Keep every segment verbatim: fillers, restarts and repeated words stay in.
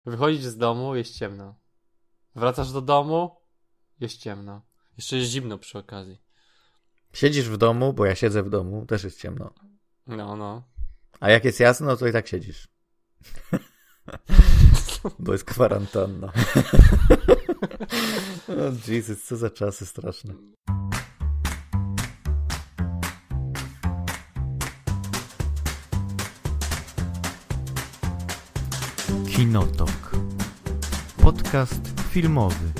Wychodzisz z domu, jest ciemno. Wracasz do domu, jest ciemno. Jeszcze jest zimno przy okazji. Siedzisz w domu, bo ja siedzę w domu, też jest ciemno. No, no. A jak jest jasno, to i tak siedzisz. Bo jest kwarantanna. O Jezus, co za czasy straszne. Kinotok. Podcast filmowy.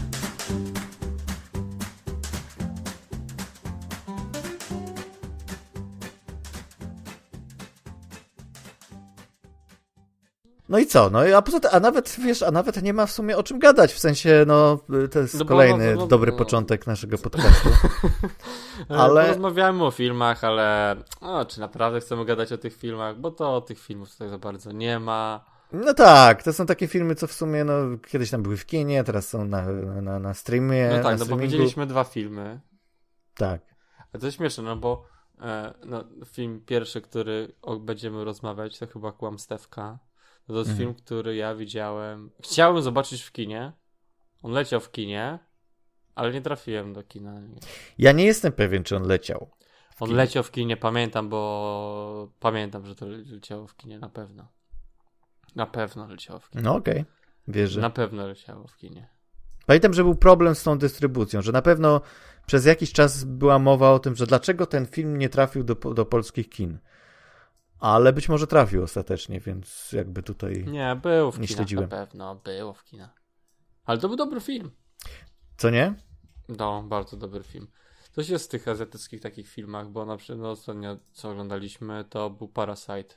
No i co? No a poza tym, a nawet, wiesz, a nawet nie ma w sumie o czym gadać, w sensie, no, to jest no, kolejny no, no, dobry no, początek naszego podcastu. Ale... Rozmawiamy o filmach, ale o, czy naprawdę chcemy gadać o tych filmach? Bo to tych filmów tak za bardzo nie ma. No tak, to są takie filmy, co w sumie, no, kiedyś tam były w kinie, teraz są na, na, na streamie. No tak, na no bo widzieliśmy dwa filmy. Tak. A to jest śmieszne, no bo e, no, film pierwszy, który o, będziemy rozmawiać, to chyba Kłamstewka. To jest mhm. film, który ja widziałem. Chciałem zobaczyć w kinie. On leciał w kinie, ale nie trafiłem do kina. Ja nie jestem pewien, czy on leciał. On kinie. leciał w kinie, pamiętam, bo pamiętam, że to leciało w kinie, na pewno. Na pewno leciało w kinie. No okej, okay. Wierzę. Na pewno leciało w kinie. Pamiętam, że był problem z tą dystrybucją, że na pewno przez jakiś czas była mowa o tym, że dlaczego ten film nie trafił do, do polskich kin. Ale być może trafił ostatecznie, więc jakby tutaj nie, był w nie kinach śledziłem. Na pewno, było w kinach. Ale to był dobry film. Co nie? No, bardzo dobry film. Coś jest w tych azjatyckich takich filmach, bo na przykład no, ostatnio co oglądaliśmy, to był Parasite.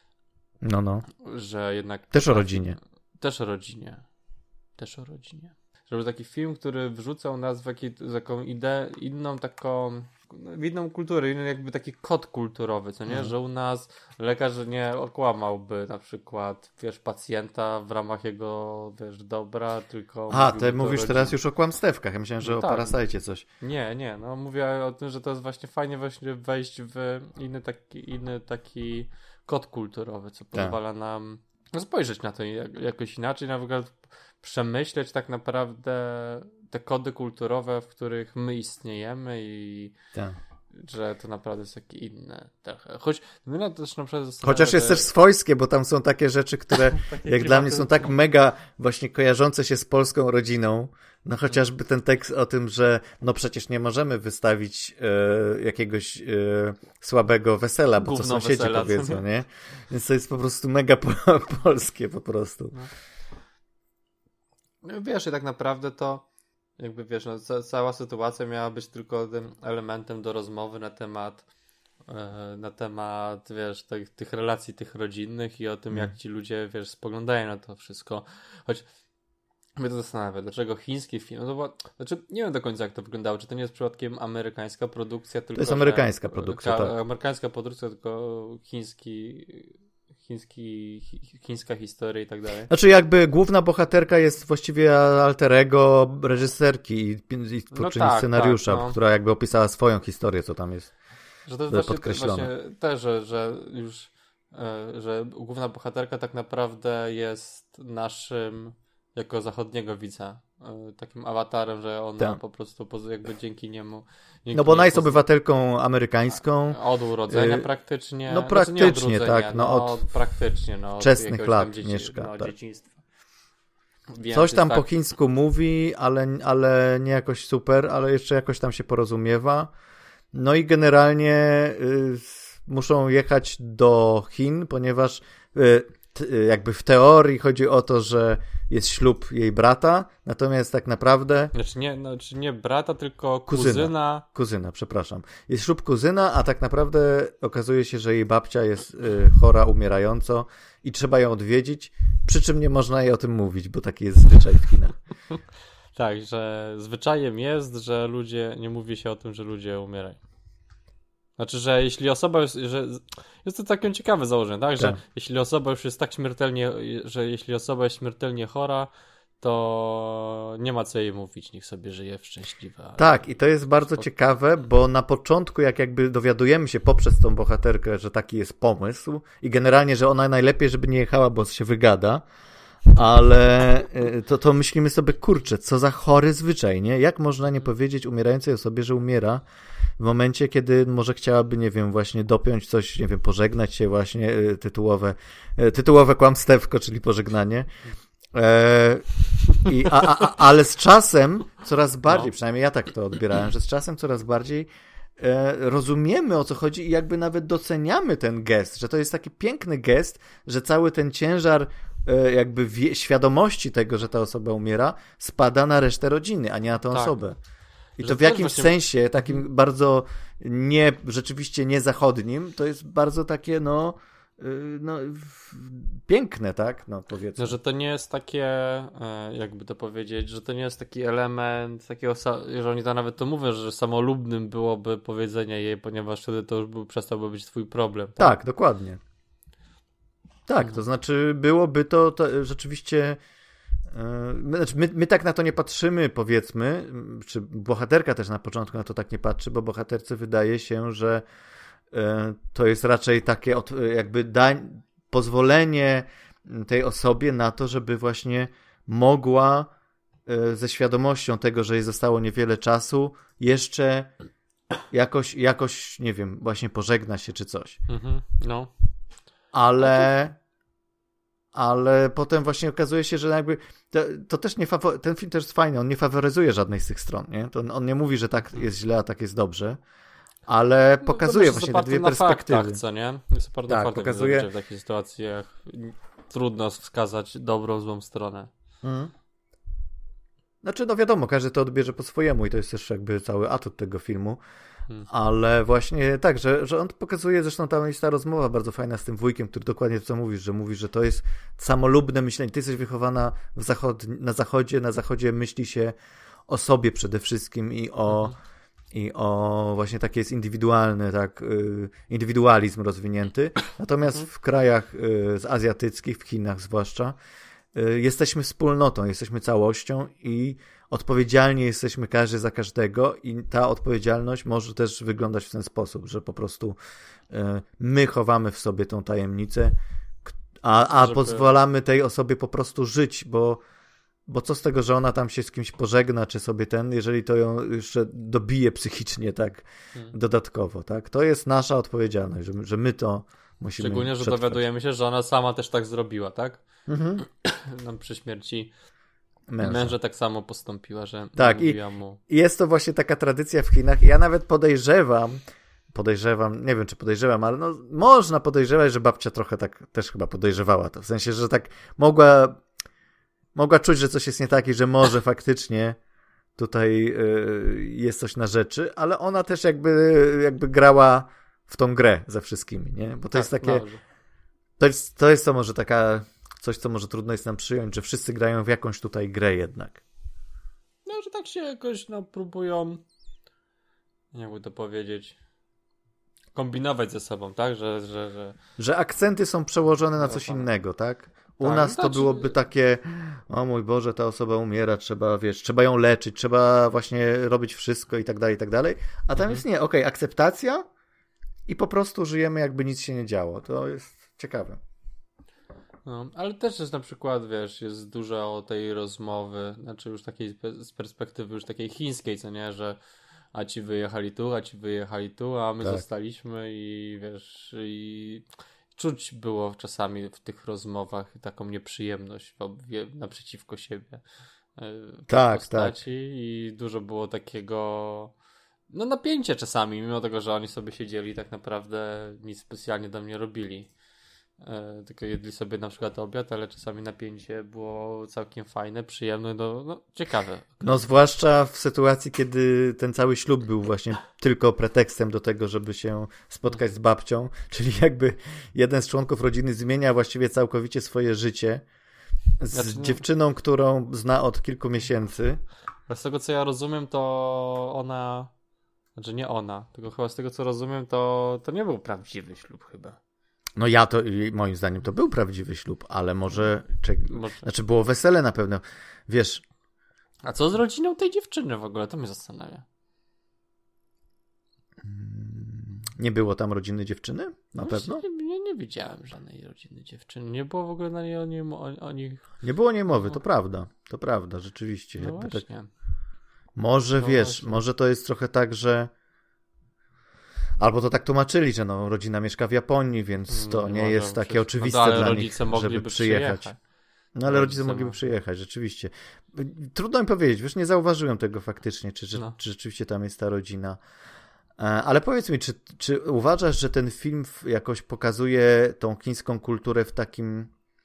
No, no. Że jednak... Też o rodzinie. Też o rodzinie. Też o rodzinie. Że był taki film, który wrzucał nas w jakiej, taką ideę, inną taką... w inną kulturę, inny jakby taki kod kulturowy, co nie? Mm. Że u nas lekarz nie okłamałby na przykład, wiesz, pacjenta w ramach jego, wiesz, dobra, tylko... A, ty mówisz teraz już o Kłamstewkach, ja myślałem, że no o tak. Parasajcie coś. Nie, nie, no mówię o tym, że to jest właśnie fajnie właśnie wejść w inny taki, inny taki kod kulturowy, co pozwala tak. nam spojrzeć na to jakoś inaczej, na przykład przemyśleć tak naprawdę te kody kulturowe, w których my istniejemy i tak. że to naprawdę jest takie inne trochę. Choć my na też na przykład Chociaż jest te... też swojskie, bo tam są takie rzeczy, które jak dla mnie są tak mega właśnie kojarzące się z polską rodziną. No chociażby ten tekst o tym, że no przecież nie możemy wystawić e, jakiegoś e, słabego wesela, bo Gówno co sąsiedzi wesela, powiedzą, co? nie? Więc to jest po prostu mega po- polskie po prostu. No. No, wiesz, i tak naprawdę to jakby wiesz, no, ca- cała sytuacja miała być tylko tym elementem do rozmowy na temat e, na temat, wiesz, tych, tych relacji tych rodzinnych i o tym, mm. jak ci ludzie, wiesz, spoglądają na to wszystko. Choć mnie to zastanawia, dlaczego chiński film, no to była, znaczy nie wiem do końca jak to wyglądało, czy to nie jest przypadkiem amerykańska produkcja, tylko to jest że, amerykańska produkcja, ka- tak. Amerykańska produkcja, tylko chiński Chiński, chi, chińska historia i tak dalej. Znaczy jakby główna bohaterka jest właściwie alter ego reżyserki i, i twórczyni no tak, scenariusza, tak, no. która jakby opisała swoją historię, co tam jest że to jest właśnie, podkreślone. Właśnie też, że, że już e, że główna bohaterka tak naprawdę jest naszym jako zachodniego widza e, takim awatarem, że ona tak. po prostu jakby dzięki niemu dzięki no bo ona jest pozna... obywatelką amerykańską. Od urodzenia y... praktycznie. No praktycznie, znaczy tak. No, no, od praktycznie, no, wczesnych lat dzieci... mieszka. No, tak. dzieciństwa. Więc coś tam tak... po chińsku mówi, ale, ale nie jakoś super, ale jeszcze jakoś tam się porozumiewa. No i generalnie y, muszą jechać do Chin, ponieważ y, t, jakby w teorii chodzi o to, że jest ślub jej brata, natomiast tak naprawdę... Znaczy nie, znaczy nie brata, tylko kuzyna. Kuzyna, kuzyna przepraszam. Jest ślub kuzyna, a tak naprawdę okazuje się, że jej babcia jest y, chora, umierająco i trzeba ją odwiedzić, przy czym nie można jej o tym mówić, bo taki jest zwyczaj w Chinach. Tak, że zwyczajem jest, że ludzie, nie mówi się o tym, że ludzie umierają. Znaczy, że jeśli osoba jest, że jest to takie ciekawe założenie, tak? Że tak. jeśli osoba już jest tak śmiertelnie, że jeśli osoba jest śmiertelnie chora, to nie ma co jej mówić, niech sobie żyje w szczęśliwe. Ale... Tak, i to jest bardzo ciekawe, bo na początku, jak jakby dowiadujemy się poprzez tą bohaterkę, że taki jest pomysł i generalnie, że ona najlepiej, żeby nie jechała, bo się wygada, Ale to, to myślimy sobie, kurczę, co za chory zwyczaj, nie? Jak można nie powiedzieć umierającej osobie, że umiera w momencie, kiedy może chciałaby, nie wiem, właśnie dopiąć coś, nie wiem, pożegnać się właśnie, tytułowe, tytułowe kłamstewko, czyli pożegnanie. E, i, a, a, ale z czasem coraz bardziej, no. przynajmniej ja tak to odbierałem, że z czasem coraz bardziej e, rozumiemy, o co chodzi i jakby nawet doceniamy ten gest, że to jest taki piękny gest, że cały ten ciężar e, jakby wie, świadomości tego, że ta osoba umiera, spada na resztę rodziny, a nie na tę tak. osobę. I że to w jakimś właśnie... sensie, takim bardzo nie, rzeczywiście niezachodnim, to jest bardzo takie, no no, piękne, tak? No, powiedzmy. No, że to nie jest takie, jakby to powiedzieć, że to nie jest taki element takiego, że oni to nawet to mówią, że samolubnym byłoby powiedzenie jej, ponieważ wtedy to już był, przestałby być twój problem. Tak, tak dokładnie. Tak, hmm. to znaczy byłoby to, to rzeczywiście my, my, my tak na to nie patrzymy, powiedzmy, czy bohaterka też na początku na to tak nie patrzy, bo bohaterce wydaje się, że to jest raczej takie jakby dań, pozwolenie tej osobie na to, żeby właśnie mogła ze świadomością tego, że jej zostało niewiele czasu, jeszcze jakoś, jakoś nie wiem, właśnie pożegna się czy coś. Mhm, no. Ale ale potem właśnie okazuje się, że jakby to, to też nie fawo- ten film też jest fajny, on nie faworyzuje żadnej z tych stron, nie? To on nie mówi, że tak jest źle, a tak jest dobrze. Ale pokazuje no, właśnie te dwie perspektywy. Faktach, co nie? Jest oparty tak, na faktach, pokazuje... w takich sytuacjach trudno wskazać dobrą, złą stronę. Mhm. Znaczy, no wiadomo, każdy to odbierze po swojemu i to jest też jakby cały atut tego filmu. Hmm. Ale właśnie tak, że, że on pokazuje, zresztą tam jest ta rozmowa bardzo fajna z tym wujkiem, który dokładnie to, co mówisz, że mówisz, że to jest samolubne myślenie. Ty jesteś wychowana w zachod... na zachodzie, na zachodzie myśli się o sobie przede wszystkim i o hmm. i o właśnie taki jest indywidualny, tak, indywidualizm rozwinięty. Natomiast w krajach azjatyckich, w Chinach zwłaszcza, jesteśmy wspólnotą, jesteśmy całością i odpowiedzialni jesteśmy każdy za każdego i ta odpowiedzialność może też wyglądać w ten sposób, że po prostu my chowamy w sobie tą tajemnicę, a, a Żeby... pozwalamy tej osobie po prostu żyć, bo Bo co z tego, że ona tam się z kimś pożegna, czy sobie ten, jeżeli to ją jeszcze dobije psychicznie, tak, hmm. dodatkowo, tak? To jest nasza odpowiedzialność, że, że my to musimy Szczególnie, że przetrwać. dowiadujemy się, że ona sama też tak zrobiła, tak? Mhm. Nam przy śmierci męża. męża tak samo postąpiła, że tak, mówiła i, mu... i jest to właśnie taka tradycja w Chinach. Ja nawet podejrzewam, podejrzewam, nie wiem, czy podejrzewam, ale no, można podejrzewać, że babcia trochę tak też chyba podejrzewała to. W sensie, że tak mogła... Mogła czuć, że coś jest nie tak i że może faktycznie tutaj y, jest coś na rzeczy, ale ona też jakby, jakby grała w tą grę ze wszystkimi, nie? Bo to tak, jest takie... No. To jest, to jest to może taka... Coś, co może trudno jest nam przyjąć, że wszyscy grają w jakąś tutaj grę jednak. No, że tak się jakoś no, próbują, jakby to powiedzieć, kombinować ze sobą, tak? Że, że, że... że akcenty są przełożone na coś innego, tak? U tak, nas to tak, byłoby takie, o mój Boże, ta osoba umiera, trzeba, wiesz, trzeba ją leczyć, trzeba właśnie robić wszystko i tak dalej, i tak dalej. A tam mhm. jest nie, okej, okay, akceptacja i po prostu żyjemy jakby nic się nie działo. To jest ciekawe. No, ale też jest na przykład, wiesz, jest dużo tej rozmowy, znaczy już takiej z perspektywy już takiej chińskiej, co nie, że a ci wyjechali tu, a ci wyjechali tu, a my tak. zostaliśmy i wiesz, i czuć było czasami w tych rozmowach taką nieprzyjemność naprzeciwko siebie. Tak, postaci tak. I dużo było takiego no napięcia czasami, mimo tego, że oni sobie siedzieli tak naprawdę nic specjalnie do mnie robili. Tylko jedli sobie na przykład obiad, ale czasami napięcie było całkiem fajne, przyjemne, no, no ciekawe. No zwłaszcza w sytuacji, kiedy ten cały ślub był właśnie tylko pretekstem do tego, żeby się spotkać z babcią, czyli jakby jeden z członków rodziny zmienia właściwie całkowicie swoje życie z znaczy, dziewczyną, którą zna od kilku miesięcy. Z tego co ja rozumiem, to ona, znaczy nie ona, tylko chyba z tego co rozumiem, to, to nie był prawdziwy ślub chyba. No ja to, moim zdaniem, to był prawdziwy ślub, ale może, czy, może... znaczy było wesele na pewno, wiesz. A co z rodziną tej dziewczyny w ogóle? To mnie zastanawia. Nie było tam rodziny dziewczyny? Na No pewno? właśnie, Nie, nie widziałem żadnej rodziny dziewczyny. Nie było w ogóle na niej o, nim, o, o nich. Nie było nie mowy, No. to prawda. To prawda, rzeczywiście. No Jakby tak... właśnie. Może No wiesz, właśnie. może to jest trochę tak, że albo to tak tłumaczyli, że no, rodzina mieszka w Japonii, więc to No, nie może jest takie przecież- oczywiste no, ale dla rodzice nich, żeby mogliby przyjechać. przyjechać. No ale rodzice Rodzice mogliby mogli. przyjechać, rzeczywiście. Trudno mi powiedzieć, wiesz, nie zauważyłem tego faktycznie, czy, czy, No. czy rzeczywiście tam jest ta rodzina. E, Ale powiedz mi, czy, czy uważasz, że ten film w- jakoś pokazuje tą chińską kulturę w takim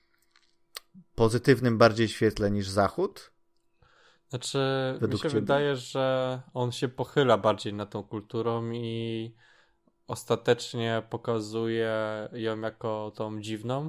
pozytywnym bardziej świetle niż Zachód? Znaczy, Według mi się ciebie? wydaje, że on się pochyla bardziej nad tą kulturą i ostatecznie pokazuje ją jako tą dziwną.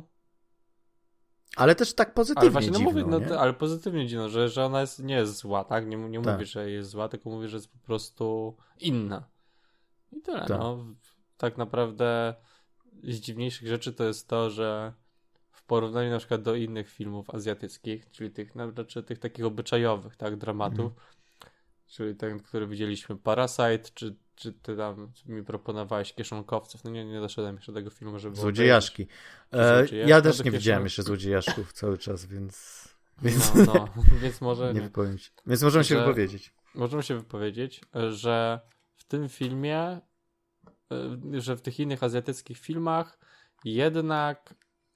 Ale też tak pozytywnie Ale właśnie, no dziwną, mówię, no, nie? to- ale pozytywnie dziwną, że, że ona jest, nie jest zła, tak? Nie, nie Tak. mówię, że jest zła, tylko mówię, że jest po prostu inna. I tyle, Tak. no. Tak naprawdę z dziwniejszych rzeczy to jest to, że w porównaniu na przykład do innych filmów azjatyckich, czyli tych, no, znaczy tych takich obyczajowych, tak, dramatów, Mhm. czyli ten, który widzieliśmy, Parasite, czy, czy ty tam mi proponowałeś Kieszonkowców, no nie, nie doszedłem jeszcze do tego filmu, żeby Złodziejaszki. Czy E, złodziejaszki? ja No też to nie kieszeni- widziałem jeszcze złodziejaszków cały czas, więc... więc No, no, więc może nie nie. wypowiem się. Więc możemy się Że- wypowiedzieć. Możemy się wypowiedzieć, że w tym filmie, y, że w tych innych azjatyckich filmach jednak,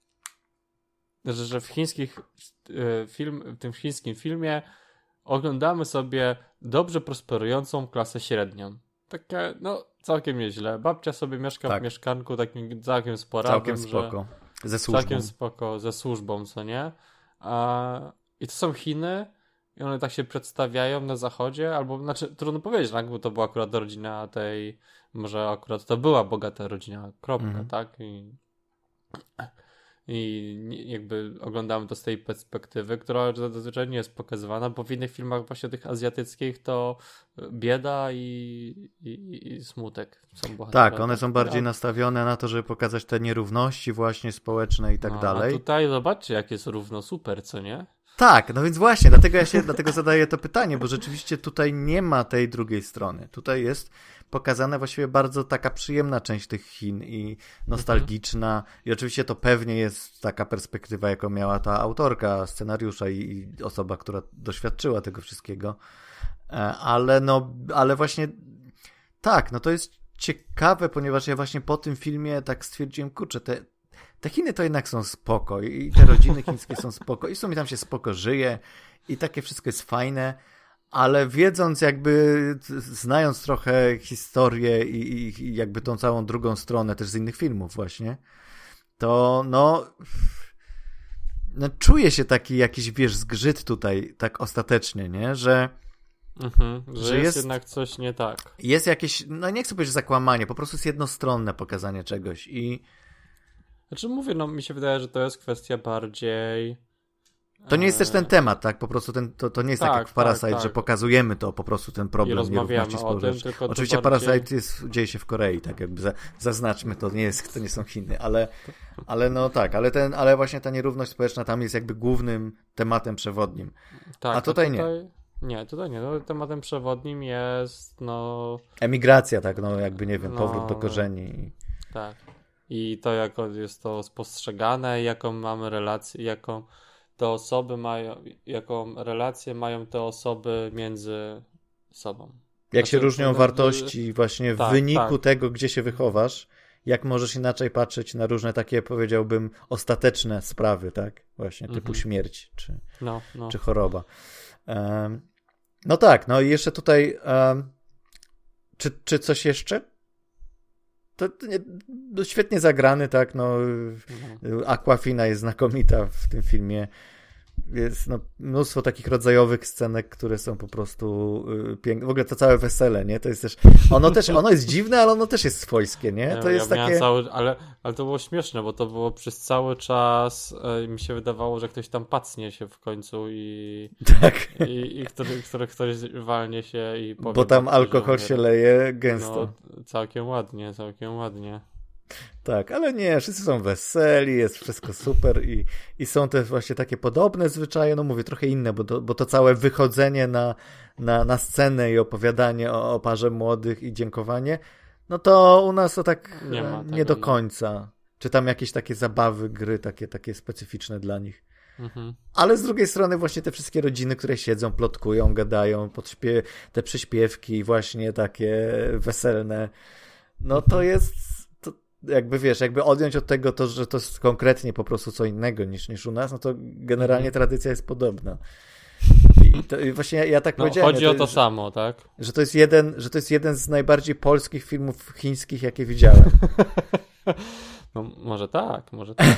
że, że w chińskich y, film, w tym chińskim filmie oglądamy sobie dobrze prosperującą klasę średnią. Takie, no, całkiem nieźle. Babcia sobie mieszka Tak. w mieszkanku takim całkiem sporawym, Całkiem że spoko. Ze służbą. całkiem spoko, ze służbą, co nie? A, I to są Chiny i one tak się przedstawiają na zachodzie, albo, znaczy, trudno powiedzieć, tak? Bo to była akurat rodzina tej, może akurat to była bogata rodzina, kropka, Mhm. tak? I, i nie- jakby oglądamy to z tej perspektywy, która zazwyczaj nie jest pokazywana, bo w innych filmach właśnie tych azjatyckich to bieda i, i, i smutek są bohaterami. Tak, one są bardziej nastawione na to, żeby pokazać te nierówności właśnie społeczne i tak no, dalej. A tutaj zobaczcie, jak jest równo super, co nie? Tak, no więc właśnie, dlatego ja się dlatego zadaję to pytanie, bo rzeczywiście tutaj nie ma tej drugiej strony. Tutaj jest pokazana właściwie bardzo taka przyjemna część tych Chin i nostalgiczna. Mhm. I oczywiście to pewnie jest taka perspektywa, jaką miała ta autorka scenariusza i, i osoba, która doświadczyła tego wszystkiego. E, Ale no, ale właśnie tak, no to jest ciekawe, ponieważ ja właśnie po tym filmie tak stwierdziłem, kurczę, te Te Chiny to jednak są spoko i te rodziny chińskie są spoko i w sumie tam się spoko żyje i takie wszystko jest fajne, ale wiedząc jakby, znając trochę historię i, i, i jakby tą całą drugą stronę też z innych filmów właśnie, to no, no czuję się taki jakiś, wiesz, zgrzyt tutaj tak ostatecznie, nie, że Mhm, że, Że jest, jest- jednak coś nie tak. jest jakieś, no nie chcę powiedzieć zakłamanie, po prostu jest jednostronne pokazanie czegoś i Znaczy mówię, no mi się wydaje, że to jest kwestia bardziej... to nie jest też ten e, temat, tak? Po prostu ten, to, to nie jest tak, Tak, jak w Parasite, tak, tak. że pokazujemy to po prostu ten I problem rozmawiamy nierówności o tym, społecznej. tylko to Oczywiście bardziej... Parasite jest, dzieje się w Korei, tak jakby za, zaznaczmy, to nie jest, to nie są Chiny, ale, ale no tak, ale ten, ale właśnie ta nierówność społeczna tam jest jakby głównym tematem przewodnim. Tak, a tutaj nie. tutaj nie. Tutaj nie, no tematem przewodnim jest, no Emigracja, tak, no jakby nie wiem, No, powrót do no. korzeni. tak. I to, jak jest to spostrzegane, jaką mamy relację, jaką te osoby mają, jaką relację mają te osoby między sobą. Jak się Znaczy, różnią no, wartości właśnie w tak, wyniku tak. tego, gdzie się wychowasz, jak możesz inaczej patrzeć na różne takie, powiedziałbym, ostateczne sprawy, tak? Właśnie, typu Mhm. śmierć, czy, No, no. czy choroba. Um, no tak, no i jeszcze tutaj um, czy, czy coś jeszcze? To, to nie, no świetnie zagrany, tak, no Mhm. Aquafina jest znakomita w tym filmie. Jest no, mnóstwo takich rodzajowych scenek, które są po prostu y, piękne. W ogóle to całe wesele, nie? To jest też, ono też, ono jest dziwne, ale ono też jest swojskie, nie? To ja, jest ja miałem takie... cały, ale, ale to było śmieszne, bo to było przez cały czas, e, mi się wydawało, że ktoś tam pacnie się w końcu i, Tak, i, i który, który, ktoś walnie się i powie, bo tam babci, że alkohol umiera. się leje gęsto. No, całkiem ładnie, całkiem ładnie. Tak, ale nie, wszyscy są weseli, jest wszystko super i, i są też właśnie takie podobne zwyczaje, no mówię, trochę inne, bo to, bo to całe wychodzenie na, na, na scenę i opowiadanie o, o parze młodych i dziękowanie, No to u nas to tak Nie nie, ma nie tego, do nie. końca. Czy tam jakieś takie zabawy, gry takie, takie specyficzne dla nich. Mhm. Ale z drugiej strony właśnie te wszystkie rodziny, które siedzą, plotkują, gadają, podśpie- te przyśpiewki właśnie takie weselne, no to jest, to jakby wiesz, jakby odjąć od tego to, że to jest konkretnie po prostu co innego niż, niż u nas, no to generalnie Mhm. tradycja jest podobna. I, to, i właśnie ja, ja tak No, powiedziałem. chodzi ja o to samo, tak? Że to jest jeden, że to jest jeden z najbardziej polskich filmów chińskich, jakie widziałem. No, może tak, może tak.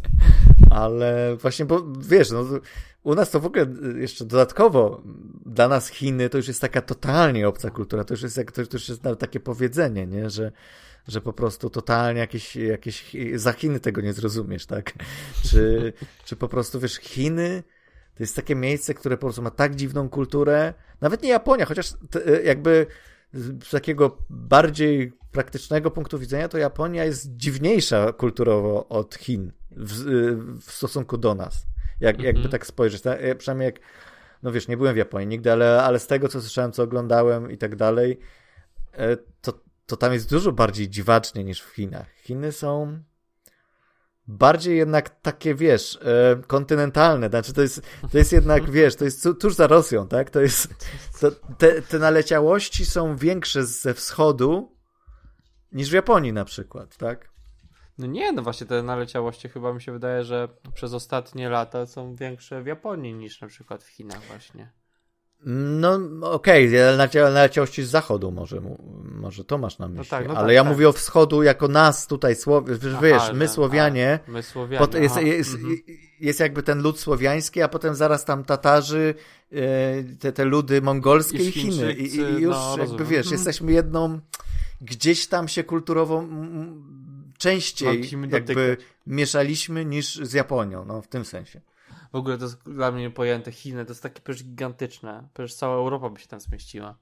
Ale właśnie, bo wiesz, no, u nas to w ogóle jeszcze dodatkowo dla nas Chiny to już jest taka totalnie obca kultura. To już jest, jak, to już jest nawet takie powiedzenie, nie? Że, że po prostu totalnie jakieś, jakieś za Chiny tego nie zrozumiesz, tak? Czy, czy po prostu, wiesz, Chiny to jest takie miejsce, które po prostu ma tak dziwną kulturę. Nawet nie Japonia, chociaż t- jakby z takiego bardziej praktycznego punktu widzenia, to Japonia jest dziwniejsza kulturowo od Chin w, w stosunku do nas. Jak, mm-hmm. Jakby tak spojrzeć. Tak? Przynajmniej jak, no wiesz, nie byłem w Japonii nigdy, ale, ale z tego, co słyszałem, co oglądałem i tak dalej, to, to tam jest dużo bardziej dziwacznie niż w Chinach. Chiny są bardziej jednak takie, wiesz, kontynentalne, znaczy to jest, to jest jednak, wiesz, to jest tuż za Rosją, tak? To jest, to, te, te naleciałości są większe ze wschodu niż w Japonii na przykład, tak? No nie, no właśnie te naleciałości chyba mi się wydaje, że przez ostatnie lata są większe w Japonii niż na przykład w Chinach właśnie. No okej, okay, naleciałości z zachodu może, może to masz na myśli, no tak, no ale tak, ja tak. mówię o wschodu jako nas tutaj, Słow... Aha, wiesz, my że, Słowianie, a, my Słowianie pot... jest, jest, mhm. jest jakby ten lud słowiański, a potem zaraz tam Tatarzy, te, te ludy mongolskie i, i Chiny i, i już no, jakby rozumiem. wiesz, mhm. jesteśmy jedną, gdzieś tam się kulturowo m, częściej jakby dotykać. Mieszaliśmy niż z Japonią, no w tym sensie. W ogóle to jest dla mnie pojęte Chiny, to jest takie przecież gigantyczne. Przecież cała Europa by się tam zmieściła.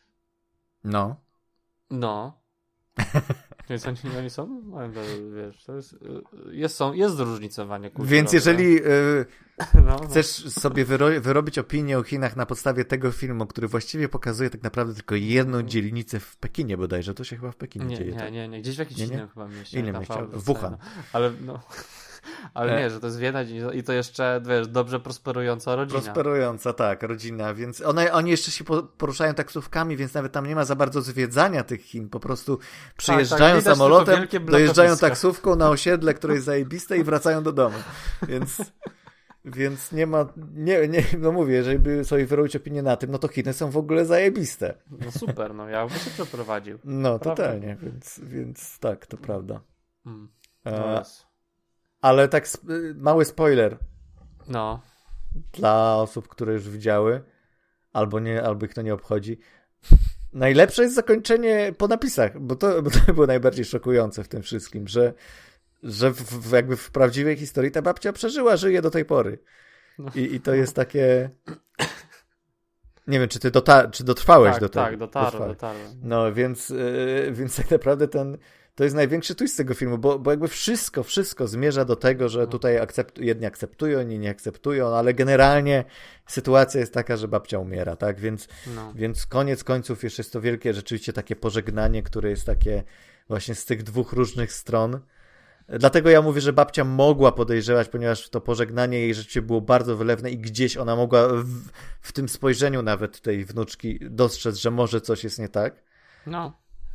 No. No. Więc oni, oni są, wiesz, to jest, jest, są, jest zróżnicowanie kulturowe. Więc jeżeli y, no, chcesz no. sobie wyro- wyrobić opinię o Chinach na podstawie tego filmu, który właściwie pokazuje tak naprawdę tylko jedną dzielnicę w Pekinie bodajże, to się chyba w Pekinie nie, dzieje. Nie, tak? nie, nie, gdzieś w jakimś nie, nie? innym chyba mieście. Innym mieście, w Wuhan. No. Ale no... Ale nie, że to jest jedna i to jeszcze, wiesz, dobrze prosperująca rodzina. Prosperująca, tak, rodzina, więc one, oni jeszcze się poruszają taksówkami, więc nawet tam nie ma za bardzo zwiedzania tych Chin, po prostu przyjeżdżają tak, tak, samolotem, dojeżdżają taksówką na osiedle, które jest zajebiste i wracają do domu, więc... Więc nie ma, nie, nie, no mówię, jeżeli by sobie wyrobić opinię na tym, no to Chiny są w ogóle zajebiste. No super, no ja bym się przeprowadził. No prawda? Totalnie, więc, więc tak, to prawda. Hmm. E, ale tak mały spoiler. No. Dla osób, które już widziały, albo nie, albo ich to nie obchodzi. Najlepsze jest zakończenie po napisach, bo to, bo to było najbardziej szokujące w tym wszystkim, że że w, w, jakby w prawdziwej historii ta babcia przeżyła, żyje do tej pory. I, i to jest takie... Nie wiem, czy ty dota... czy dotrwałeś tak, do tego. Tak, dotarłem, dotarłem. No, więc, yy, więc tak naprawdę ten... To jest największy twist tego filmu, bo, bo jakby wszystko, wszystko zmierza do tego, że tutaj akceptu... jedni akceptują, inni nie akceptują, ale generalnie sytuacja jest taka, że babcia umiera, tak? Więc, no. więc koniec końców jeszcze jest to wielkie rzeczywiście takie pożegnanie, które jest takie właśnie z tych dwóch różnych stron. Dlatego ja mówię, że babcia mogła podejrzewać, ponieważ to pożegnanie jej rzeczywiście było bardzo wylewne i gdzieś ona mogła w, w tym spojrzeniu nawet tej wnuczki dostrzec, że może coś jest nie tak. No.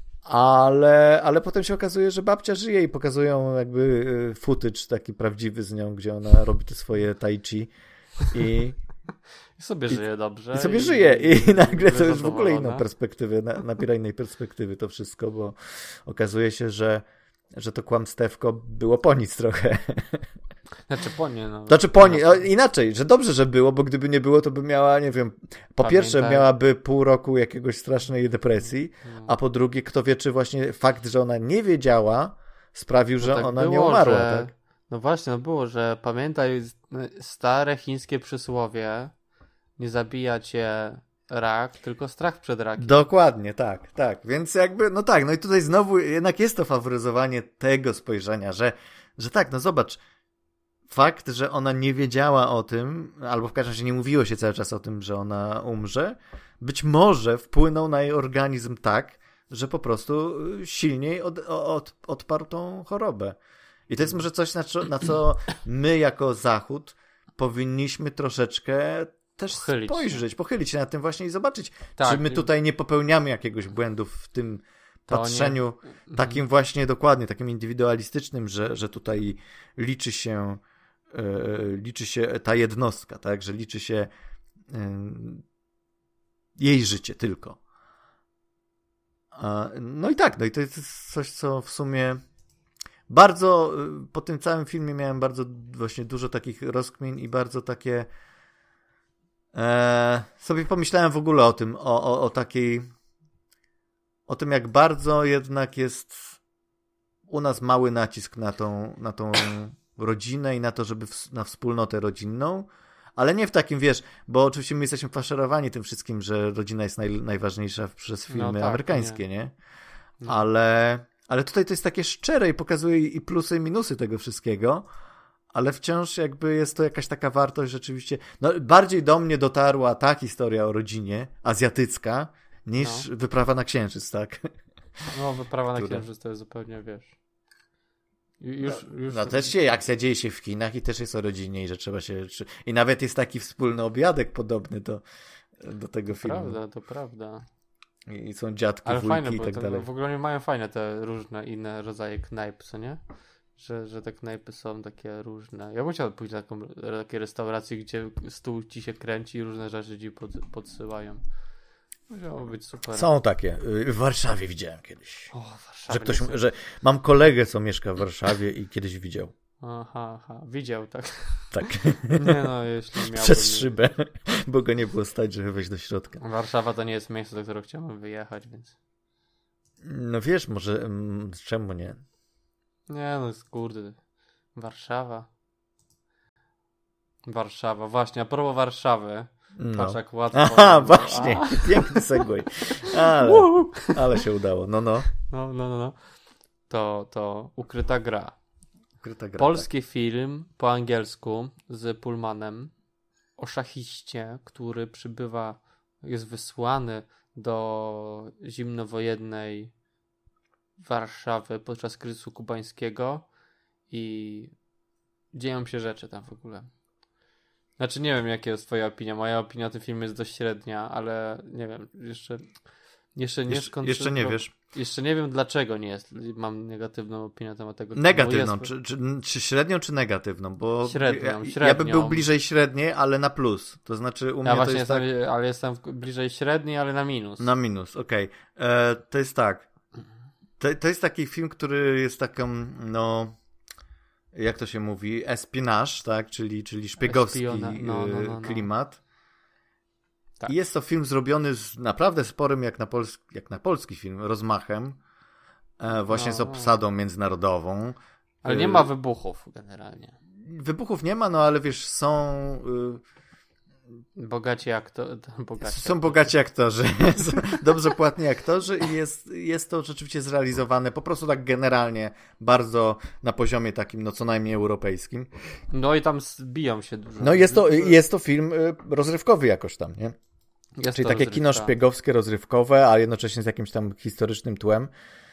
Ale, ale potem się okazuje, że babcia żyje i pokazują jakby footage taki prawdziwy z nią, gdzie ona robi te swoje tai chi i... I sobie żyje I, dobrze. I sobie i, żyje i, i nagle to już w ogóle zadowolona. inną perspektywę, na, nabiera innej perspektywy to wszystko, bo okazuje się, że że to kłamstewko było po nic trochę. Znaczy po nie, no. Znaczy po nie, no, inaczej, że dobrze, że było, bo gdyby nie było, to by miała, nie wiem, po Pamiętaj. pierwsze miałaby pół roku jakiegoś strasznej depresji, no. A po drugie, kto wie, czy właśnie fakt, że ona nie wiedziała, sprawił, no że tak ona było, nie umarła, że... tak? No właśnie, no było, że pamiętaj stare chińskie przysłowie, nie zabija cię rak, tylko strach przed rakiem. Dokładnie, tak, tak. Więc jakby, no tak, no i tutaj znowu jednak jest to faworyzowanie tego spojrzenia, że, że tak, no zobacz, fakt, że ona nie wiedziała o tym, albo w każdym razie nie mówiło się cały czas o tym, że ona umrze, być może wpłynął na jej organizm tak, że po prostu silniej od, od, odparł tą chorobę. I to jest może coś, na co, na co my jako Zachód powinniśmy troszeczkę też pochylić spojrzeć, się. pochylić się nad tym właśnie i zobaczyć, tak, czy my tutaj nie popełniamy jakiegoś błędu w tym patrzeniu nie... takim właśnie dokładnie, takim indywidualistycznym, że, że tutaj liczy się yy, liczy się ta jednostka, tak, że liczy się yy, jej życie tylko. A, no i tak, no i to jest coś, co w sumie bardzo, po tym całym filmie miałem bardzo właśnie dużo takich rozkmin i bardzo takie e, sobie pomyślałem w ogóle o tym, o, o, o takiej o tym, jak bardzo jednak jest u nas mały nacisk na tą, na tą rodzinę i na to, żeby w, na wspólnotę rodzinną, ale nie w takim, wiesz, bo oczywiście my jesteśmy faszerowani tym wszystkim, że rodzina jest naj, najważniejsza przez filmy no tak, amerykańskie, nie? nie? Ale, ale tutaj to jest takie szczere i pokazuje i plusy i minusy tego wszystkiego, ale wciąż jakby jest to jakaś taka wartość rzeczywiście, no bardziej do mnie dotarła ta historia o rodzinie azjatycka, niż no. Wyprawa na Księżyc, tak? No, Wyprawa na Które... Księżyc to jest zupełnie, wiesz... Już, no, już... no też się, akcja dzieje się w Chinach i też jest o rodzinie i że trzeba się... I nawet jest taki wspólny obiadek podobny do, do tego to filmu. Prawda, to prawda. I, i są dziadki, ale wujki fajne, i bo tak to, dalej. W ogóle nie mają fajne te różne inne rodzaje knajp, co nie? Że, że te knajpy są takie różne. Ja bym chciał pójść na taką, takie restauracje, gdzie stół ci się kręci i różne rzeczy ci pod, podsyłają. Musiało być super. Są takie. W Warszawie widziałem kiedyś. O, Warszawie. Że ktoś, że mam kolegę, co mieszka w Warszawie i kiedyś widział. Aha, aha. Widział, tak? Tak. Nie no, jeśli miałbym... Przez szybę, bo go nie było stać, żeby wejść do środka. Warszawa to nie jest miejsce, do którego chciałbym wyjechać, więc... No wiesz, może mm, czemu nie? Nie no, kurde. Warszawa. Warszawa. Właśnie, a propos Warszawy... No. Patrz, jak łatwo. Aha, właśnie, a. Piękny segway. Ale, ale się udało, no no. No, no, no, no. To, to Ukryta gra. Ukryta gra Polski tak. film po angielsku z Pullmanem o szachiście, który przybywa, jest wysłany do zimnowojennej Warszawy podczas kryzysu kubańskiego i dzieją się rzeczy tam w ogóle. Znaczy nie wiem, jaka jest twoja opinia. Moja opinia o tym filmie jest dość średnia, ale nie wiem, jeszcze jeszcze nie Jeszcze, jeszcze nie wiesz. Jeszcze nie wiem, dlaczego nie jest. Mam negatywną opinię na temat tego. Negatywną, jest... czy, czy, czy średnią, czy negatywną? Bo średnią, ja, średnią. ja bym był bliżej średniej, ale na plus. To znaczy u mnie ja to właśnie jest jestem, tak... ale jestem bliżej średniej, ale na minus. Na minus, okej. Okay. To jest tak. To, to jest taki film, który jest taką, no... jak to się mówi, espionage, tak, czyli, czyli szpiegowski Espiona. no, no, no, no. klimat. Tak. I jest to film zrobiony z naprawdę sporym, jak na, pols- jak na polski film, rozmachem, e, właśnie no, z obsadą no. międzynarodową. Ale nie ma wybuchów generalnie. Wybuchów nie ma, no ale wiesz, są... Y- Bogaci aktorzy. Bogaci są bogaci aktorzy. Dobrze płatni aktorzy i jest, jest to rzeczywiście zrealizowane po prostu tak generalnie bardzo na poziomie takim, no co najmniej europejskim. No i tam biją się dużo. No jest to, jest to film rozrywkowy jakoś tam, nie? Jest Czyli takie kino szpiegowskie, rozrywkowe, a jednocześnie z jakimś tam historycznym tłem.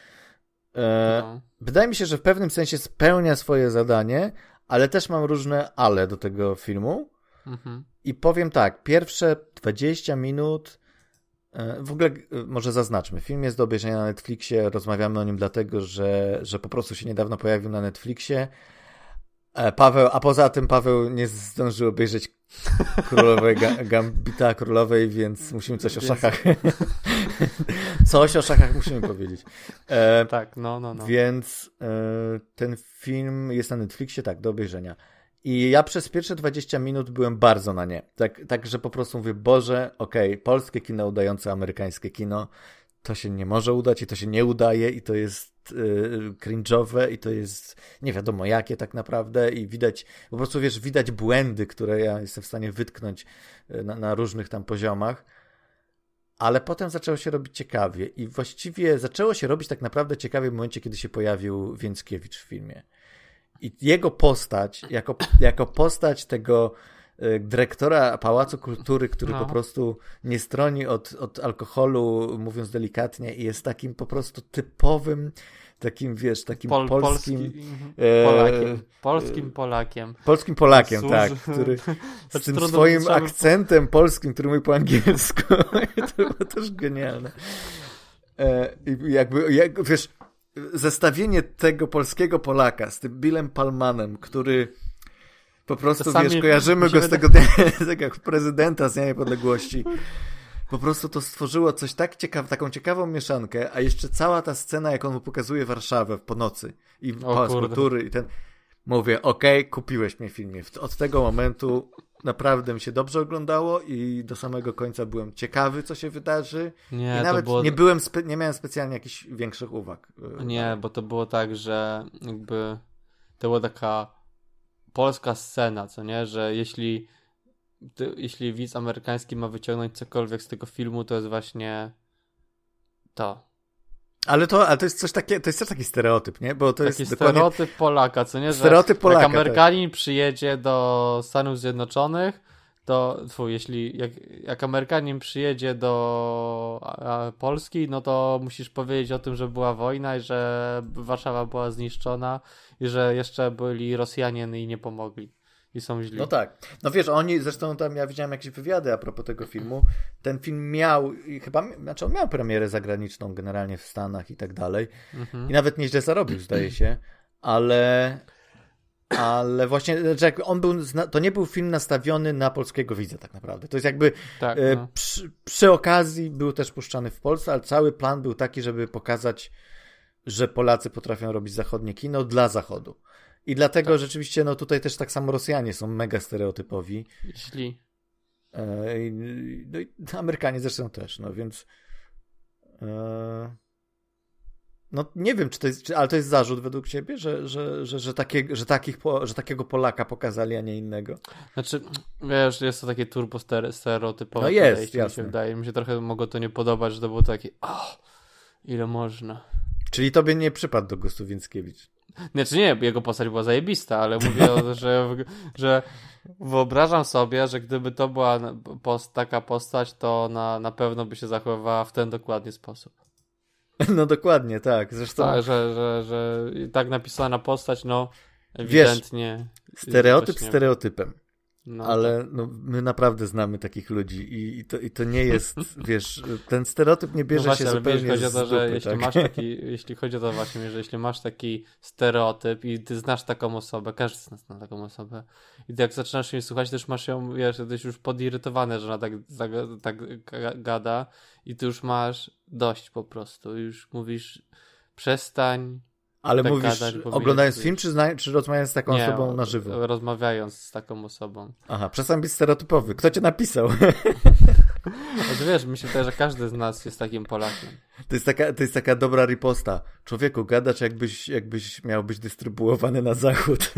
E, no. Wydaje mi się, że w pewnym sensie spełnia swoje zadanie, ale też mam różne ale do tego filmu. Mhm. I powiem tak, pierwsze dwadzieścia minut, w ogóle może zaznaczmy, film jest do obejrzenia na Netflixie, rozmawiamy o nim dlatego, że, że po prostu się niedawno pojawił na Netflixie. Paweł, a poza tym Paweł nie zdążył obejrzeć Królowej Gambita Królowej, więc musimy coś o szachach. Coś o szachach musimy powiedzieć. E, tak, no, no, no. Więc e, ten film jest na Netflixie, tak, do obejrzenia. I ja przez pierwsze dwadzieścia minut byłem bardzo na nie. Tak, tak że po prostu mówię, Boże, okej, okay, polskie kino udające amerykańskie kino, to się nie może udać i to się nie udaje i to jest yy, cringe'owe i to jest nie wiadomo jakie tak naprawdę i widać, po prostu wiesz, widać błędy, które ja jestem w stanie wytknąć na, na różnych tam poziomach. Ale potem zaczęło się robić ciekawie i właściwie zaczęło się robić tak naprawdę ciekawie w momencie, kiedy się pojawił Więckiewicz w filmie. I jego postać, jako, jako postać tego dyrektora Pałacu Kultury, który no. po prostu nie stroni od, od alkoholu, mówiąc delikatnie, i jest takim po prostu typowym, takim, wiesz, takim Pol, polskim polski, e, Polakiem. Polskim Polakiem. Polskim Polakiem, Służy... tak, który z tym trudno swoim trzeba... akcentem polskim, który mówi po angielsku. To było też genialne. E, I jakby, jak, wiesz, zestawienie tego polskiego Polaka z tym Billem Pullmanem, który po prostu, Czasami wiesz, kojarzymy go z tego dnia, tak jak prezydenta z Dnia Niepodległości. Po prostu to stworzyło coś tak ciekawe, taką ciekawą mieszankę, a jeszcze cała ta scena, jak on mu pokazuje Warszawę po nocy i Pałac Kultury i ten... Mówię, okej, okay, kupiłeś mnie w filmie. Od tego momentu naprawdę mi się dobrze oglądało i do samego końca byłem ciekawy, co się wydarzy. Nie, I nawet było... nie byłem, spe... nie miałem specjalnie jakichś większych uwag. Nie, bo to było tak, że jakby to była taka polska scena, co nie, że jeśli ty, jeśli widz amerykański ma wyciągnąć cokolwiek z tego filmu, to jest właśnie to. Ale to, ale to jest coś takie, to jest też taki stereotyp, nie? Bo to taki jest stereotyp dokładnie... Polaka, co nie? Że stereotyp Polaka, jak Amerykanin tak. przyjedzie do Stanów Zjednoczonych, to fu, jeśli jak, jak Amerykanin przyjedzie do a, a, Polski, no to musisz powiedzieć o tym, że była wojna i że Warszawa była zniszczona i że jeszcze byli Rosjanie i nie pomogli. I są źli. No tak. No wiesz, oni, zresztą tam ja widziałem jakieś wywiady a propos tego filmu. Ten film miał, i chyba, znaczy on miał premierę zagraniczną generalnie w Stanach i tak dalej. Mhm. I nawet nieźle zarobił, zdaje się. Ale, ale właśnie, że on był, to nie był film nastawiony na polskiego widza tak naprawdę. To jest jakby tak, no. e, przy, przy okazji był też puszczany w Polsce, ale cały plan był taki, żeby pokazać, że Polacy potrafią robić zachodnie kino dla Zachodu. I dlatego tak. rzeczywiście, no tutaj też tak samo Rosjanie są mega stereotypowi. Źli. E, no i Amerykanie zresztą też, no więc e, no nie wiem, czy to jest, czy, ale to jest zarzut według ciebie, że, że, że, że, takie, że, takich, że takiego Polaka pokazali, a nie innego. Znaczy, wiesz, jest to takie turbo stereotypowe. No jest, jasne. Mi się wydaje, mi się trochę mogło to nie podobać, że to było takie, oh, ile można. Czyli tobie nie przypadł do gustu Więckiewicz. Znaczy nie, jego postać była zajebista, ale mówię, o, że, że wyobrażam sobie, że gdyby to była post, taka postać, to na, na pewno by się zachowywała w ten dokładnie sposób. No dokładnie, tak. Zresztą... Tak, że, że, że tak napisana postać, no ewidentnie... Wiesz, stereotyp właśnie... stereotypem. No, ale tak. no, my naprawdę znamy takich ludzi i, i, to, i to nie jest, wiesz, ten stereotyp nie bierze no właśnie, się zupełnie wiesz, chodzi o to, z że dupy, jeśli tak? masz taki, jeśli chodzi o to właśnie, że jeśli masz taki stereotyp i ty znasz taką osobę, każdy z nas zna taką osobę i ty jak zaczynasz jej słuchać, też masz ją, wiesz, jesteś już podirytowany, że ona tak, tak, tak gada i ty już masz dość po prostu, już mówisz przestań. Ale tak mówisz, gadać, oglądając film, czy, zna, czy rozmawiając z taką nie, osobą na żywo? rozmawiając z taką osobą. Aha, przestań być stereotypowy. Kto cię napisał? No wiesz, myślę też, że każdy z nas jest takim Polakiem. To jest taka, to jest taka dobra riposta. Człowieku, gadacz jakbyś, jakbyś miał być dystrybuowany na zachód.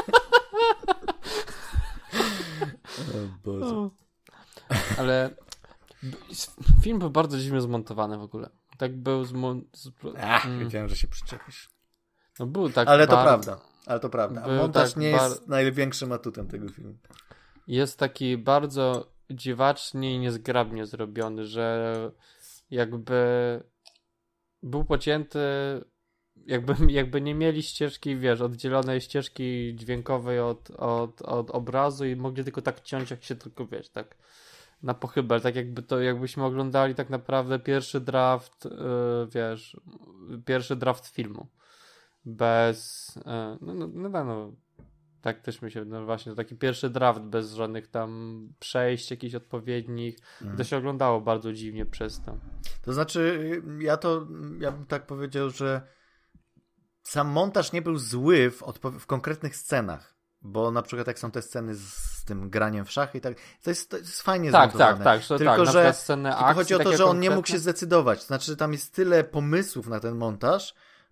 O Boże. Ale film był bardzo dziwnie zmontowany w ogóle. Tak był zmontowany. Ach, mm. wiedziałem, że się przyczepisz. No był tak Ale to bar... prawda. Ale to prawda. A montaż tak nie bar... jest największym atutem tego filmu. Jest taki bardzo dziwacznie i niezgrabnie zrobiony, że jakby był pocięty, jakby, jakby nie mieli ścieżki, wiesz, oddzielonej ścieżki dźwiękowej od, od, od obrazu i mogli tylko tak ciąć, jak się tylko, wiesz, tak na pochybel, tak jakby to, jakbyśmy oglądali tak naprawdę pierwszy draft, yy, wiesz, pierwszy draft filmu. Bez, yy, no, no, no, no, tak też mi się, no właśnie, taki pierwszy draft bez żadnych tam przejść jakichś odpowiednich. Mm. To się oglądało bardzo dziwnie przez to. To znaczy, ja to, ja bym tak powiedział, że sam montaż nie był zły w, odpo- w konkretnych scenach. Bo na przykład jak są te sceny z, z tym graniem w szachy i tak, to jest, to jest fajnie tak, zmontowane. Tak, tak, tylko, tak. że sceny tylko akcji, chodzi o to, że on konkretne... nie mógł się zdecydować. Znaczy, że tam jest tyle pomysłów na ten montaż,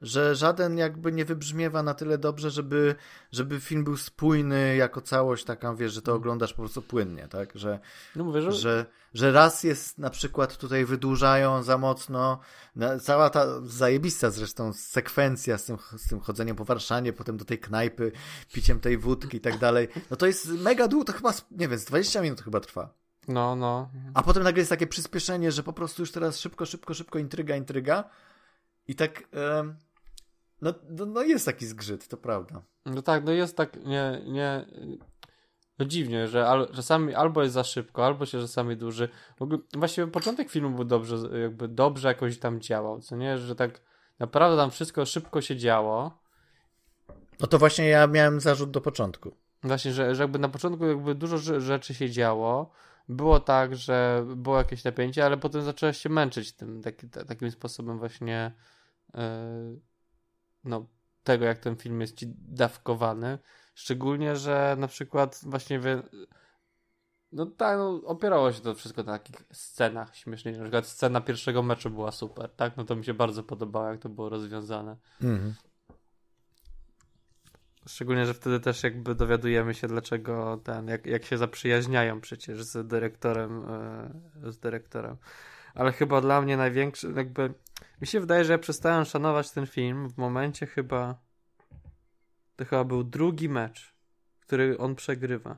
że żaden jakby nie wybrzmiewa na tyle dobrze, żeby, żeby film był spójny jako całość, taka wiesz, że to oglądasz po prostu płynnie, tak? Że, no mówię, że... że, że raz jest na przykład tutaj wydłużają za mocno, cała ta zajebista zresztą sekwencja z tym, z tym chodzeniem po Warszawie, potem do tej knajpy, piciem tej wódki i tak dalej, no to jest mega długo, to chyba, nie wiem, z dwadzieścia minut chyba trwa. No, no. A potem nagle jest takie przyspieszenie, że po prostu już teraz szybko, szybko, szybko, intryga, intryga i tak um, no, no, no jest taki zgrzyt, to prawda. No tak, no jest tak, nie, nie, no dziwnie, że al, czasami albo jest za szybko, albo się czasami dłuży. W ogóle właściwie początek filmu był dobrze, jakby dobrze jakoś tam działał, co nie, że tak naprawdę tam wszystko szybko się działo. No to właśnie ja miałem zarzut do początku. Właśnie, że, że jakby na początku jakby dużo rzeczy się działo. Było tak, że było jakieś napięcie, ale potem zaczęłaś się męczyć tym taki, t- takim sposobem właśnie yy, no, tego, jak ten film jest ci dawkowany. Szczególnie, że na przykład właśnie wie, no tak, no, opierało się to wszystko na takich scenach śmiesznych. Na przykład scena pierwszego meczu była super, tak? No to mi się bardzo podobało, jak to było rozwiązane. Mhm. Szczególnie, że wtedy też jakby dowiadujemy się, dlaczego ten, jak, jak się zaprzyjaźniają przecież z dyrektorem, yy, z dyrektorem. Ale chyba dla mnie największy, jakby, mi się wydaje, że ja przestałem szanować ten film w momencie chyba, to chyba był drugi mecz, który on przegrywa.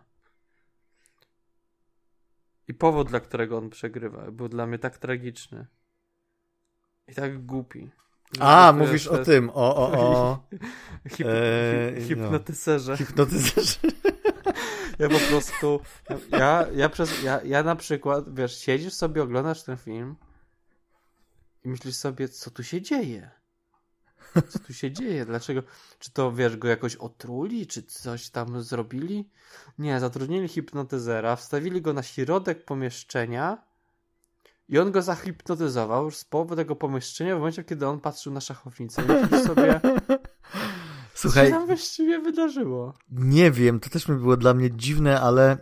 I powód, dla którego on przegrywa, był dla mnie tak tragiczny. I tak głupi. A, mówisz o tym, o, o, o. Hip, hip, hipnotyzerze. No. Hipnotyzerze. Ja po prostu, ja, ja, przez, ja, ja na przykład, wiesz, siedzisz sobie, oglądasz ten film i myślisz sobie, co tu się dzieje? Co tu się dzieje? Dlaczego? Czy to, wiesz, go jakoś otruli? Czy coś tam zrobili? Nie, zatrudnili hipnotyzera, wstawili go na środek pomieszczenia i on go zahipnotyzował już z połowy tego pomieszczenia w momencie, kiedy on patrzył na szachownicę. I myślisz sobie, słuchaj, co się tam właściwie wydarzyło? Nie wiem, to też mi było dla mnie dziwne, ale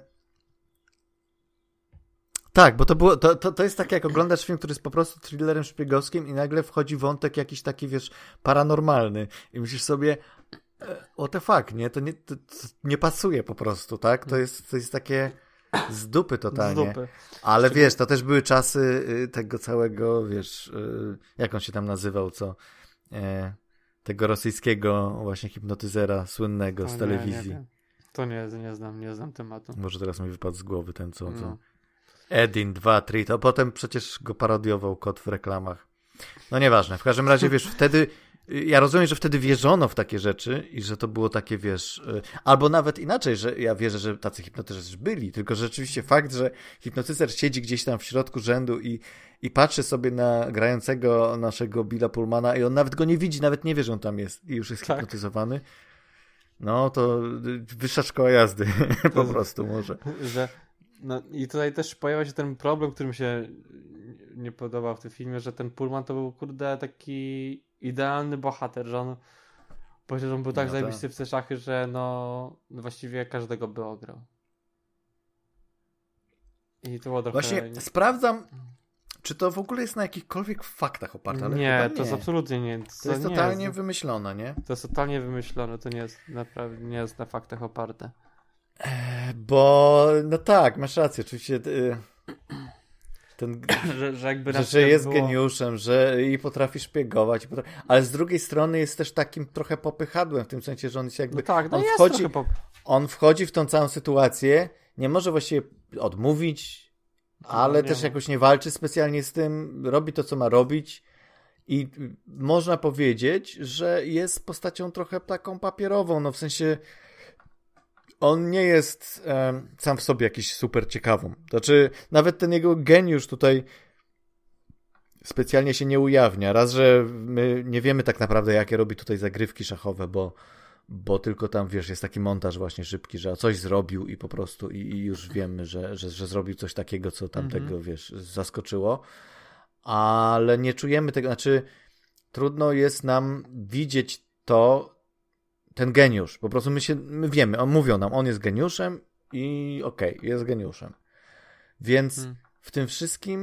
tak, bo to było, to, to, to jest tak, jak oglądasz film, który jest po prostu thrillerem szpiegowskim i nagle wchodzi wątek jakiś taki, wiesz, paranormalny i myślisz sobie, what the fuck, nie? To nie, to, to nie pasuje po prostu, tak? To jest, to jest takie z dupy totalnie. Z dupy. Ale Czy... wiesz, to też były czasy tego całego, wiesz, jak on się tam nazywał, co... E, tego rosyjskiego właśnie hipnotyzera słynnego o, z telewizji. Nie, nie to nie, nie znam, nie znam tematu. Może teraz mi wypadł z głowy ten, co... No. co... Edin dwa, trzy, to potem przecież go parodiował kot w reklamach. No nieważne, w każdym razie, wiesz, wtedy, ja rozumiem, że wtedy wierzono w takie rzeczy i że to było takie, wiesz, albo nawet inaczej, że ja wierzę, że tacy hipnotyzerzy byli, tylko że rzeczywiście fakt, że hipnotyzer siedzi gdzieś tam w środku rzędu i, i patrzy sobie na grającego naszego Billa Pullmana i on nawet go nie widzi, nawet nie wie, że on tam jest i już jest tak hipnotyzowany, no to wyższa szkoła jazdy po prostu może. Że No i tutaj też pojawia się ten problem, który mi się nie podobał w tym filmie, że ten Pullman to był, kurde, taki idealny bohater, że on, że on był tak no zajebisty w te szachy, że no właściwie każdego by ograł. I to było trochę... Właśnie sprawdzam, czy to w ogóle jest na jakichkolwiek faktach oparte, ale nie, nie, to jest absolutnie nie. To, to jest nie totalnie jest, wymyślone, nie? To jest totalnie wymyślone, to nie jest naprawdę, nie jest na faktach oparte. Bo, no tak, masz rację, oczywiście ten, że, że, jakby że, że jest było... geniuszem, że i potrafi szpiegować, i potrafi... ale z drugiej strony jest też takim trochę popychadłem, w tym sensie, że on się jakby, no tak, no on, jest wchodzi, pop... on wchodzi w tą całą sytuację, nie może właściwie odmówić, ale no, też ma. jakoś nie walczy specjalnie z tym, robi to, co ma robić i można powiedzieć, że jest postacią trochę taką papierową, no w sensie on nie jest e, sam w sobie jakiś super ciekawą. Znaczy, nawet ten jego geniusz tutaj specjalnie się nie ujawnia. Raz, że my nie wiemy tak naprawdę, jakie robi tutaj zagrywki szachowe, bo, bo tylko tam, wiesz, jest taki montaż właśnie szybki, że coś zrobił i po prostu i, i już wiemy, że, że, że zrobił coś takiego, co tamtego, mm-hmm. wiesz, zaskoczyło. Ale nie czujemy tego, znaczy trudno jest nam widzieć to, ten geniusz. Po prostu my się, my wiemy, on mówią nam, on jest geniuszem i okej, okay, jest geniuszem. Więc hmm. w tym wszystkim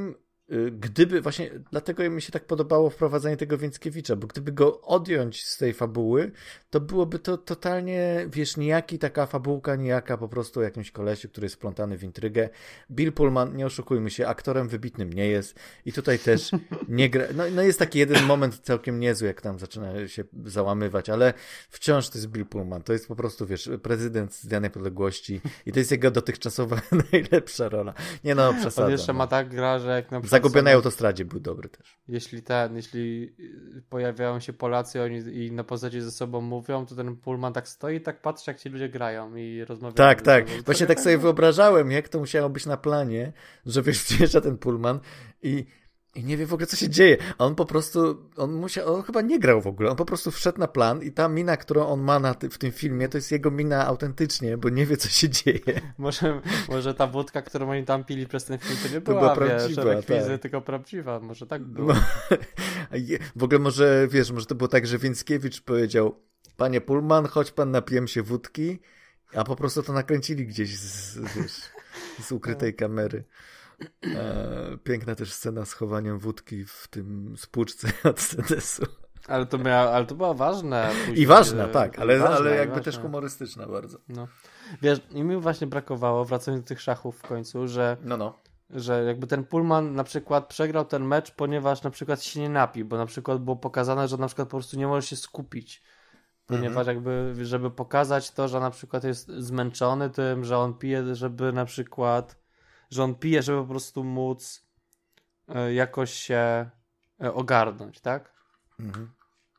gdyby, właśnie dlatego mi się tak podobało wprowadzenie tego Więckiewicza, bo gdyby go odjąć z tej fabuły, to byłoby to totalnie, wiesz, nijaki taka fabułka, nijaka po prostu o jakimś kolesiu, który jest wplątany w intrygę. Bill Pullman, nie oszukujmy się, aktorem wybitnym nie jest i tutaj też nie gra, no, no jest taki jeden moment całkiem niezły, jak tam zaczyna się załamywać, ale wciąż to jest Bill Pullman, to jest po prostu, wiesz, prezydent z Dnia Niepodległości i to jest jego dotychczasowa najlepsza rola. Nie no, przesadzam. On jeszcze no. ma tak gra, że jak na przykład Zagubionej są, autostradzie był dobry też. jeśli ten, jeśli pojawiają się Polacy oni i na posadzie ze sobą mówią, to ten Pullman tak stoi i tak patrzy, jak ci ludzie grają i rozmawiają. Tak, tak. sobą. Właśnie tak sobie wyobrażałem, jak to musiało być na planie, że wiesz, przyjeżdża ten Pullman i I nie wie w ogóle, co się dzieje. A on po prostu, on musiał, on chyba nie grał w ogóle. On po prostu wszedł na plan i ta mina, którą on ma na ty, w tym filmie, to jest jego mina autentycznie, bo nie wie, co się dzieje. Może, może ta wódka, którą oni tam pili przez ten film, to nie była, była wiesz, prawdziwa, rekwizy, tak. tylko prawdziwa. Może tak było. No. W ogóle może, wiesz, może to było tak, że Więckiewicz powiedział: panie Pullman, chodź pan, napijem się wódki, a po prostu to nakręcili gdzieś z, wiesz, z ukrytej kamery. E, piękna też scena z chowaniem wódki w tym spłuczce od sedesu. Ale to, miała, ale to była ważne. I ważna, tak, ale, ważna, ale jakby ważna. też humorystyczna bardzo. No. Wiesz, i mi właśnie brakowało, wracając do tych szachów w końcu, że, No, no. że jakby ten Pullman na przykład przegrał ten mecz, ponieważ na przykład się nie napił, bo na przykład było pokazane, że na przykład po prostu nie może się skupić. Ponieważ Mhm. jakby, żeby pokazać to, że na przykład jest zmęczony tym, że on pije, żeby na przykład że on pije, żeby po prostu móc y, jakoś się y, ogarnąć, tak? Mhm.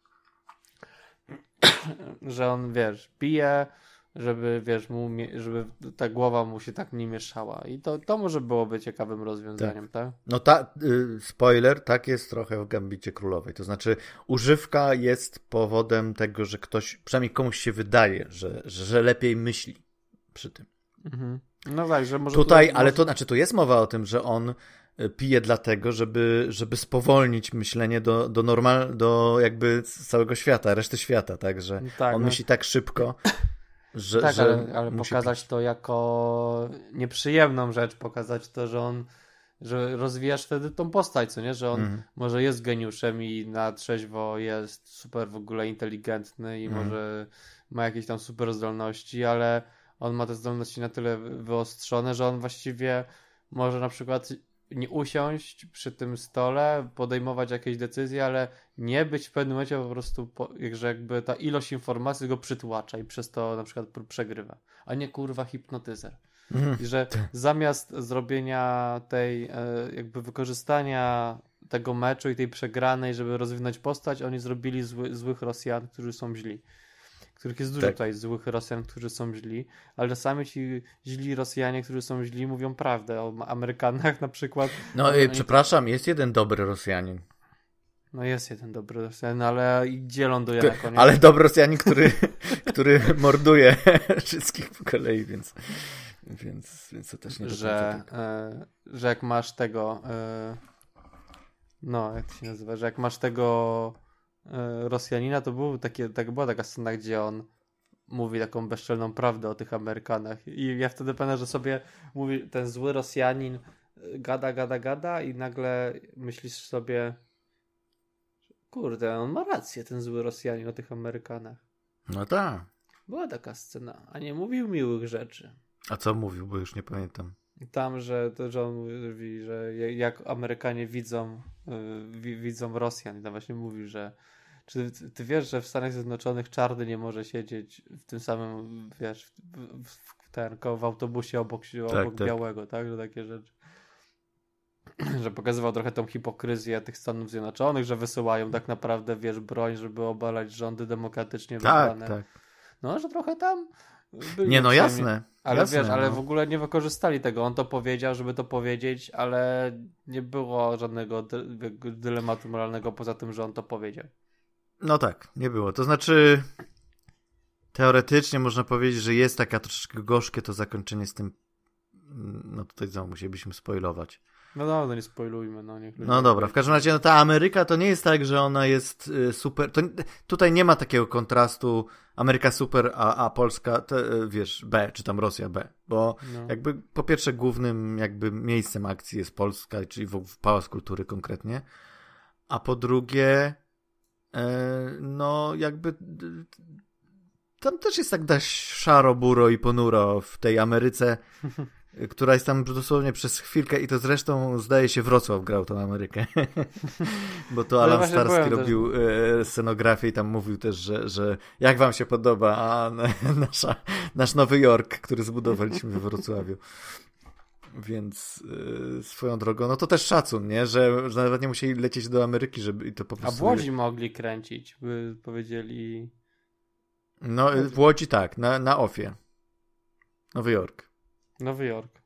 Że on, wiesz, pije, żeby, wiesz, mu, mie- żeby ta głowa mu się tak nie mieszała. I to, to może byłoby ciekawym rozwiązaniem, tak? tak? No ta, y, spoiler, tak jest trochę w Gambicie Królowej. To znaczy używka jest powodem tego, że ktoś, przynajmniej komuś się wydaje, że, że lepiej myśli przy tym. Mhm. No tak, że może... Tutaj, tutaj, ale może... to znaczy, tu jest mowa o tym, że on pije dlatego, żeby, żeby spowolnić myślenie do, do normal, do jakby całego świata, reszty świata, tak, że tak, on no. myśli tak szybko, że, tak, że ale, ale musi pokazać pić. to jako nieprzyjemną rzecz, pokazać to, że on, że rozwijasz wtedy tą postać, co nie, że on Mhm. może jest geniuszem i na trzeźwo jest super w ogóle inteligentny i Mhm. może ma jakieś tam super zdolności, ale on ma te zdolności na tyle wyostrzone, że on właściwie może na przykład nie usiąść przy tym stole, podejmować jakieś decyzje, ale nie być w pewnym momencie po prostu, po, że jakby ta ilość informacji go przytłacza i przez to na przykład przegrywa, a nie kurwa hipnotyzer. Mhm. I że zamiast zrobienia tej, e, jakby wykorzystania tego meczu i tej przegranej, żeby rozwinąć postać, oni zrobili zły, złych Rosjan, którzy są źli. Których jest dużo Tak. tutaj złych Rosjan, którzy są źli, ale sami ci źli Rosjanie, którzy są źli, mówią prawdę o Amerykanach na przykład. No oni, i oni... przepraszam, jest jeden dobry Rosjanin. No jest jeden dobry Rosjan, ale i gdzie ląduje na koniec? Ale dobry Rosjanin, który, który morduje wszystkich po kolei, więc, więc, więc to też nie do końca że, tak. e, że jak masz tego e, no, jak to się nazywa, że jak masz tego e, Rosjanina, to był takie, tak, była taka scena, gdzie on mówi taką bezczelną prawdę o tych Amerykanach i ja wtedy pamiętam, że sobie mówi ten zły Rosjanin gada, gada, gada i nagle myślisz sobie kurde, on ma rację, ten zły Rosjanin o tych Amerykanach. No tak. Była taka scena, a nie mówił miłych rzeczy. A co mówił, bo już nie pamiętam. Tam, że, to, że on mówi, że jak Amerykanie widzą yy, widzą Rosjan i tam właśnie mówi, że czy ty, ty wiesz, że w Stanach Zjednoczonych czarny nie może siedzieć w tym samym, wiesz, w, w, w, ten, w autobusie obok, Tak, obok tak. białego, tak? Że takie rzeczy. Że pokazywał trochę tą hipokryzję tych Stanów Zjednoczonych, że wysyłają tak naprawdę, wiesz, broń, żeby obalać rządy demokratycznie Tak, wybrane. tak. No, że trochę tam byli Nie, no uprzejmi. jasne. Ale jasne, wiesz, ale no. w ogóle nie wykorzystali tego. On to powiedział, żeby to powiedzieć, ale nie było żadnego dy- dylematu moralnego poza tym, że on to powiedział. No tak, nie było. To znaczy teoretycznie można powiedzieć, że jest taka troszeczkę gorzkie to zakończenie z tym, no tutaj znowu musielibyśmy spoilować. No dobra, no nie spoilujmy. No, niech no dobra, w każdym razie no ta Ameryka to nie jest tak, że ona jest y, super, to, tutaj nie ma takiego kontrastu Ameryka super, a, a Polska, to, y, wiesz, B, czy tam Rosja B, bo no. jakby po pierwsze głównym jakby miejscem akcji jest Polska, czyli w, w Pałac Kultury konkretnie, a po drugie y, no jakby tam też jest tak dość szaro, buro i ponuro w tej Ameryce, która jest tam dosłownie przez chwilkę i to zresztą zdaje się Wrocław grał tą Amerykę. Bo to Alan no Starski robił też... scenografię i tam mówił też, że, że jak wam się podoba a nasza, nasz Nowy Jork, który zbudowaliśmy we Wrocławiu. Więc yy, swoją drogą, no to też szacun, nie? Że, że nawet nie musieli lecieć do Ameryki, żeby i to po prostu... A w Łodzi mogli kręcić, by powiedzieli... No w Łodzi tak, na, na Ofie. Nowy Jork. Nowy Jork.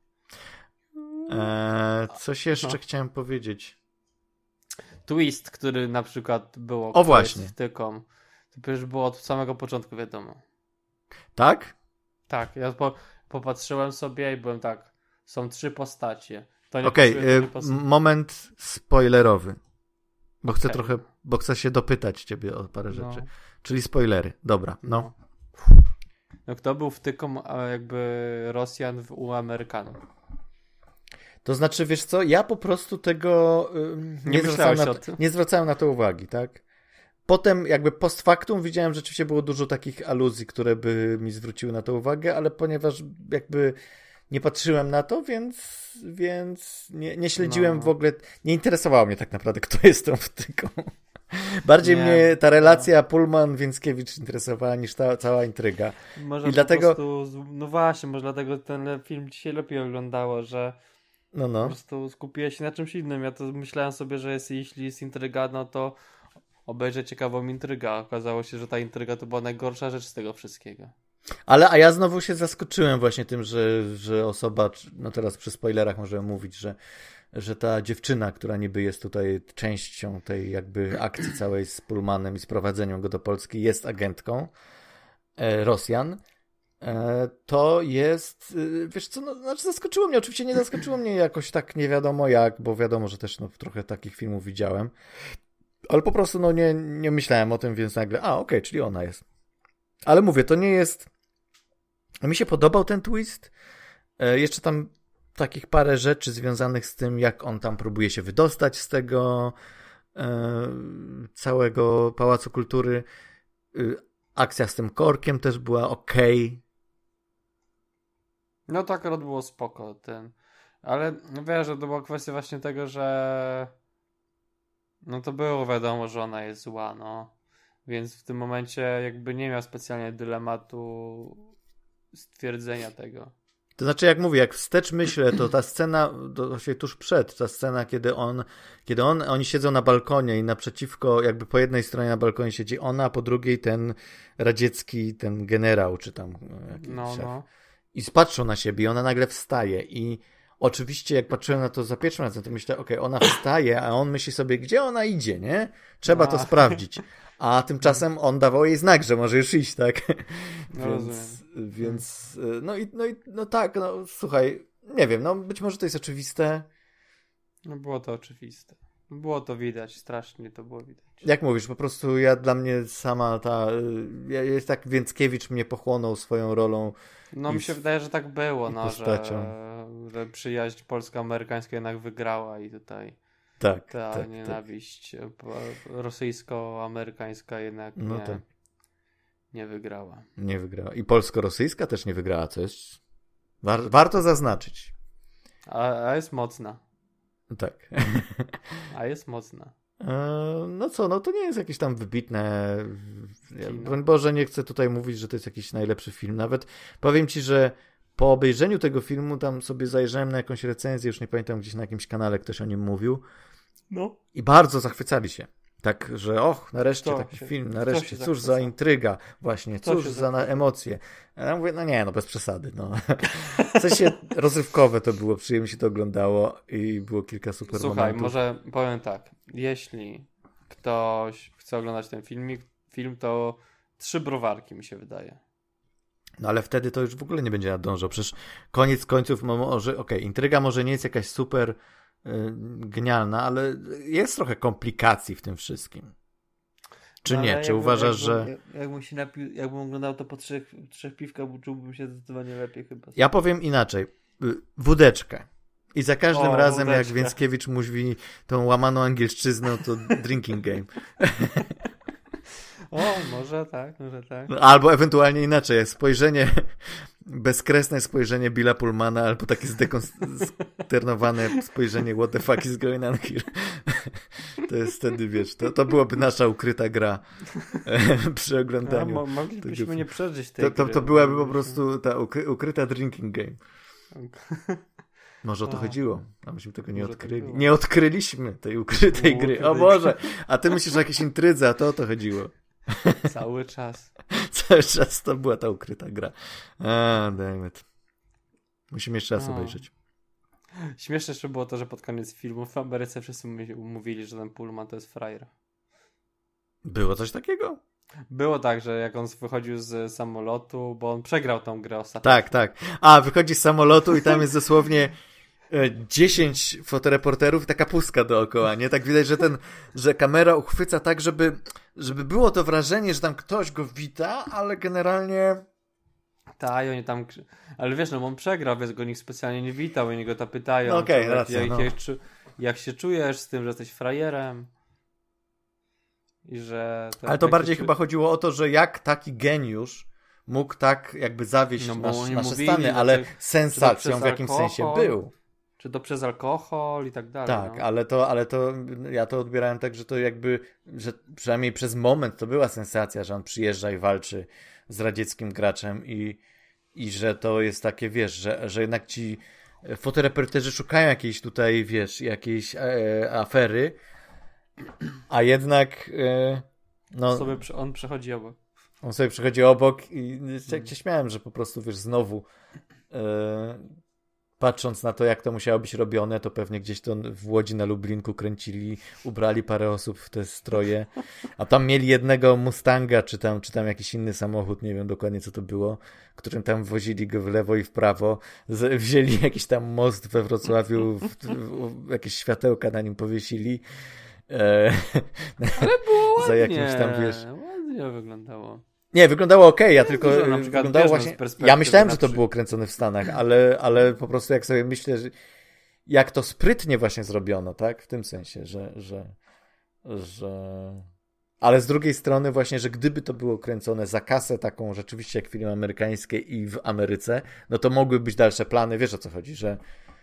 Eee, coś jeszcze no. chciałem powiedzieć. Twist, który na przykład było o właśnie wtyką, to przecież było od samego początku wiadomo. Tak? Tak, ja po, popatrzyłem sobie i byłem tak, są trzy postacie. Okej, okay, post... moment spoilerowy. Bo chcę okay. trochę, bo chcę się dopytać ciebie o parę no. rzeczy. Czyli spoilery. Dobra, no. no. No kto był wtyką jakby Rosjan w, u Amerykanów? To znaczy, wiesz co, ja po prostu tego yy, nie, nie, zwracałem na, nie zwracałem na to uwagi, tak? Potem jakby post factum widziałem, że rzeczywiście było dużo takich aluzji, które by mi zwróciły na to uwagę, ale ponieważ jakby nie patrzyłem na to, więc, więc nie, nie śledziłem no. w ogóle, nie interesowało mnie tak naprawdę, kto jest tą wtyką. Bardziej nie, mnie ta relacja no. Pullman-Więckiewicz interesowała niż ta cała intryga. Może I dlatego... prostu, no właśnie, może dlatego ten film dzisiaj lepiej oglądało, że no, no. po prostu skupiła się na czymś innym. Ja to myślałem sobie, że jest, jeśli jest intryga, no to obejrzę ciekawą intrygę. Okazało się, że ta intryga to była najgorsza rzecz z tego wszystkiego. Ale, a ja znowu się zaskoczyłem właśnie tym, że, że osoba, no teraz przy spoilerach możemy mówić, że że ta dziewczyna, która niby jest tutaj częścią tej jakby akcji całej z Pullmanem i sprowadzeniem go do Polski, jest agentką e, Rosjan, e, to jest, e, wiesz co, no, znaczy zaskoczyło mnie, oczywiście nie zaskoczyło mnie jakoś tak nie wiadomo jak, bo wiadomo, że też no, trochę takich filmów widziałem, ale po prostu no nie, nie myślałem o tym, więc nagle, a okej, okay, czyli ona jest. Ale mówię, to nie jest, mi się podobał ten twist, e, jeszcze tam takich parę rzeczy związanych z tym, jak on tam próbuje się wydostać z tego e, całego Pałacu Kultury. E, akcja z tym korkiem też była okej. Okay. No tak, akurat było spoko ten. Ale wiesz, że to była kwestia właśnie tego, że no to było wiadomo, że ona jest zła, no. Więc w tym momencie jakby nie miał specjalnie dylematu stwierdzenia tego. To znaczy, jak mówię, jak wstecz myślę, to ta scena, to właśnie tuż przed, ta scena, kiedy on, kiedy on, oni siedzą na balkonie i naprzeciwko, jakby po jednej stronie na balkonie siedzi ona, a po drugiej ten radziecki, ten generał, czy tam jakiś no, szef. No. I patrzą na siebie i ona nagle wstaje i oczywiście jak patrzyłem na to za pierwszym razem, to myślę, okej, okay, ona wstaje, a on myśli sobie, gdzie ona idzie, nie? Trzeba a. to sprawdzić. A tymczasem on dawał jej znak, że może już iść, tak? No, więc, więc no i, no i no tak, no słuchaj, nie wiem, no być może to jest oczywiste. No było to oczywiste. Było to widać, strasznie to było widać. Jak mówisz, po prostu ja dla mnie sama ta, ja, jest tak Więckiewicz mnie pochłonął swoją rolą. No mi się wydaje, że tak było, no, że, że przyjaźń polsko-amerykańska jednak wygrała i tutaj tak, ta tak, nienawiść tak. rosyjsko-amerykańska jednak no nie, tak. nie wygrała. Nie wygrała. I polsko-rosyjska też nie wygrała, co jest war- warto zaznaczyć. A, a jest mocna. Tak. A jest mocna. No co, no to nie jest jakieś tam wybitne. Ja, broń Boże, nie chcę tutaj mówić, że to jest jakiś najlepszy film. Nawet powiem ci, że po obejrzeniu tego filmu tam sobie zajrzałem na jakąś recenzję, już nie pamiętam, gdzieś na jakimś kanale ktoś o nim mówił. No. I bardzo zachwycali się. Tak, że och, nareszcie Kto taki się, film, nareszcie, cóż zachwyca? za intryga, właśnie, Kto cóż za na emocje. A ja mówię, no nie, no bez przesady, no. W sensie rozrywkowe to było, przyjemnie się to oglądało i było kilka super Słuchaj, momentów. może powiem tak, jeśli ktoś chce oglądać ten filmik, film, to trzy browarki mi się wydaje. No ale wtedy to już w ogóle nie będzie nadążał, przecież koniec końców może, okej, okay, intryga może nie jest jakaś super genialna, ale jest trochę komplikacji w tym wszystkim. Czy no, nie? Czy jakbym, uważasz, jakbym, że... Jakbym się napił, jakbym oglądał to po trzech, trzech piwkach, czułbym się zdecydowanie lepiej chyba. Ja powiem inaczej. Wódeczkę. I za każdym O, razem, wódeczka. jak Więckiewicz mówi tą łamaną angielszczyzną, to drinking game. O, może tak, może tak. Albo ewentualnie inaczej, spojrzenie, bezkresne spojrzenie Billa Pullmana, albo takie zdekonsternowane spojrzenie what the fuck is going on here. To jest wtedy, wiesz, to, to byłaby nasza ukryta gra przy oglądaniu. A, moglibyśmy tego... nie przeżyć tej to, to, gry. To byłaby po prostu ta ukry, ukryta drinking game. Może o to A, chodziło, a myśmy tego nie odkryli. Tak nie odkryliśmy tej ukrytej gry. O Boże, a ty myślisz o jakiejś intrydze, a to o to chodziło. Cały czas. Cały czas to była ta ukryta gra. A, damn it. Musimy jeszcze raz no. obejrzeć. Śmieszne jeszcze było to, że pod koniec filmu w Ameryce wszyscy mówili, że ten Pullman to jest frajer. Było coś takiego? Było tak, że jak on wychodził z samolotu, bo on przegrał tą grę ostatnio. Tak, tak. A, wychodzi z samolotu i tam jest dosłownie dziesięć fotoreporterów i taka pustka dookoła, nie? Tak widać, że ten, że kamera uchwyca tak, żeby, żeby było to wrażenie, że tam ktoś go wita, ale generalnie... Tak, i oni tam... Ale wiesz, no bo on przegrał, więc go nikt specjalnie nie witał, oni go to pytają. No okej, okay, racja, jak, no. jak, jak się czujesz z tym, że jesteś frajerem? I że... To, ale to bardziej się... chyba chodziło o to, że jak taki geniusz mógł tak jakby zawieść no, nasz, nasze mówili, stany, ale czy, sensacją czy w jakimś alkohol, sensie był. Czy to przez alkohol i tak dalej. Tak, no. ale to, ale to ja to odbierałem tak, że to jakby, że przynajmniej przez moment to była sensacja, że on przyjeżdża i walczy z radzieckim graczem i, i że to jest takie, wiesz, że, że jednak ci fotoreporterzy szukają jakiejś tutaj, wiesz, jakiejś e, afery, a jednak e, no... Sobie on przechodzi obok. On sobie przychodzi obok i jak się śmiałem, że po prostu, wiesz, znowu e, patrząc na to, jak to musiało być robione, to pewnie gdzieś to w Łodzi na Lublinku kręcili, ubrali parę osób w te stroje, a tam mieli jednego Mustanga, czy tam, czy tam jakiś inny samochód, nie wiem dokładnie co to było, którym tam wozili go w lewo i w prawo, z, wzięli jakiś tam most we Wrocławiu, w, w, jakieś światełka na nim powiesili. E, Ale było ładnie, za jakimś tam, wiesz... ładnie wyglądało. Nie, wyglądało okej, okay, ja tylko dużo, na przykład, wyglądało wiesz, właśnie... no, Ja myślałem, że to przy... było kręcone w Stanach, ale, ale po prostu jak sobie myślę, że jak to sprytnie właśnie zrobiono, tak? W tym sensie, że, że, że... Ale z drugiej strony właśnie, że gdyby to było kręcone za kasę taką rzeczywiście jak film amerykański i w Ameryce, no to mogły być dalsze plany, wiesz o co chodzi, że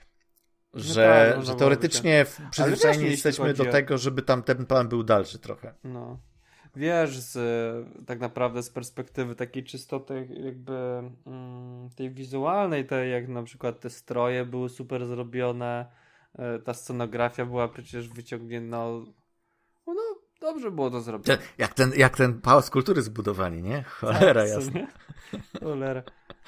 że, no tak, że teoretycznie przyzwyczajeni jesteśmy do o... tego, żeby tam ten plan był dalszy trochę. No. Wiesz, z, tak naprawdę z perspektywy takiej czystoty jakby mm, tej wizualnej, tej jak na przykład te stroje były super zrobione, ta scenografia była przecież wyciągnięta, no, no dobrze było to zrobione. Jak ten, jak ten pałac kultury zbudowali, nie? Cholera tak, jasna. Cholera.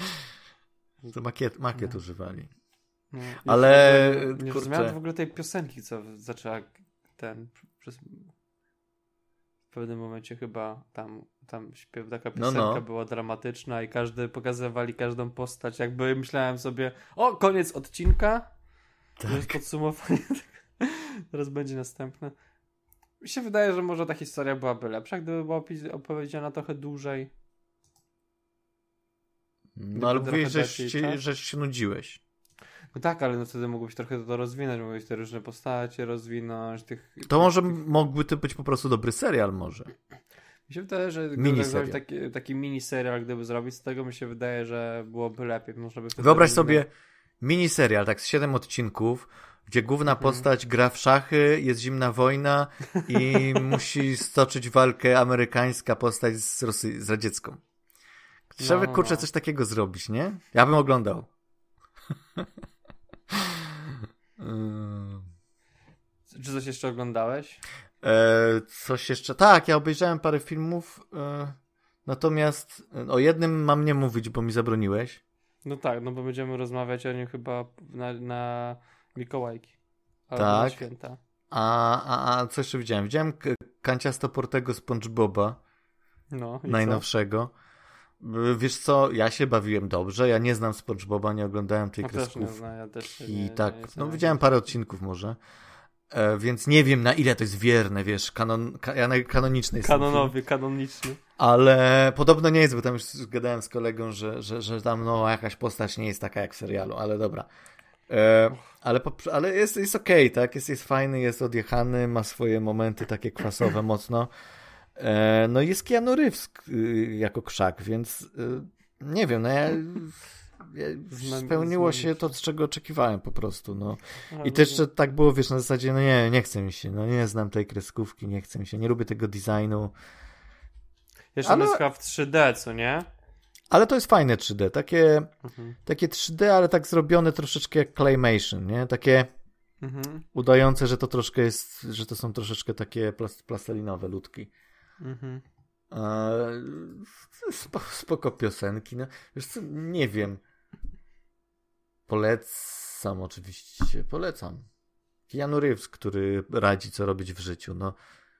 To makiet, makiet no. używali. No, ale nie rozumiałem w ogóle tej piosenki, co zaczęła ten przez... w pewnym momencie chyba tam, tam śpiew, taka piosenka no, no. była dramatyczna i każdy pokazywali każdą postać, jakby myślałem sobie, o, koniec odcinka, tak. To jest podsumowanie, teraz będzie następne. Mi się wydaje, że może ta historia byłaby lepsza, gdyby była opowiedziana trochę dłużej. No ale mówisz, że, się, że się nudziłeś. No tak, ale no wtedy mogłobyś trochę to rozwinąć, mogłeś te różne postacie rozwinąć. Tych, to może tych... mógłby to być po prostu dobry serial może. Mi się wydaje, że gdyby zrobić taki, taki mini serial, gdyby zrobić z tego, mi się wydaje, że byłoby lepiej. Można by Wyobraź sobie na... mini serial, tak z siedem odcinków, gdzie główna mhm. postać gra w szachy, jest zimna wojna i musi stoczyć walkę amerykańska postać z, Rosy... z radziecką. Trzeba no, no, kurczę coś takiego zrobić, nie? Ja bym oglądał. Czy coś jeszcze oglądałeś? E, coś jeszcze... Tak, ja obejrzałem parę filmów, e, natomiast o jednym mam nie mówić, bo mi zabroniłeś. No tak, no bo będziemy rozmawiać o nim chyba na, na Mikołajki. Albo tak. Na święta. A, a, a co jeszcze widziałem? Widziałem Kanciasto Portego SpongeBoba. No, najnowszego. Wiesz co, ja się bawiłem dobrze, ja nie znam SpongeBoba, nie oglądałem tej no kreskówki. Zna, ja też I nie, tak, nie, nie no widziałem parę odcinków może, e, więc nie wiem na ile to jest wierne, wiesz, kanon, ka, ja kanoniczny jestem. Kanonowy, kanoniczny. Ale podobno nie jest, bo tam już gadałem z kolegą, że, że, że tam no jakaś postać nie jest taka jak w serialu, ale dobra. E, ale, ale jest, jest okej, okay, tak? Jest, jest fajny, jest odjechany, ma swoje momenty takie kwasowe mocno. E, no i jest Keanu Reeves y, jako krzak, więc y, nie wiem, no ja, ja spełniło się to, z czego oczekiwałem po prostu, no. I też jeszcze tak było, wiesz, na zasadzie, no nie, nie chce mi się, no nie znam tej kreskówki, nie chce mi się, nie lubię tego designu. Jeszcze ale... jest chyba w trzy D, co nie? Ale to jest fajne trzy D, takie, mhm. takie trzy D, ale tak zrobione troszeczkę jak Claymation, nie? Takie mhm. udające, że to troszkę jest, że to są troszeczkę takie plas- plastelinowe ludki. Mhm. E, spoko, spoko piosenki, no. Wiesz co, nie wiem. Polecam oczywiście, polecam. Keanu Reeves, który radzi, co robić w życiu, no.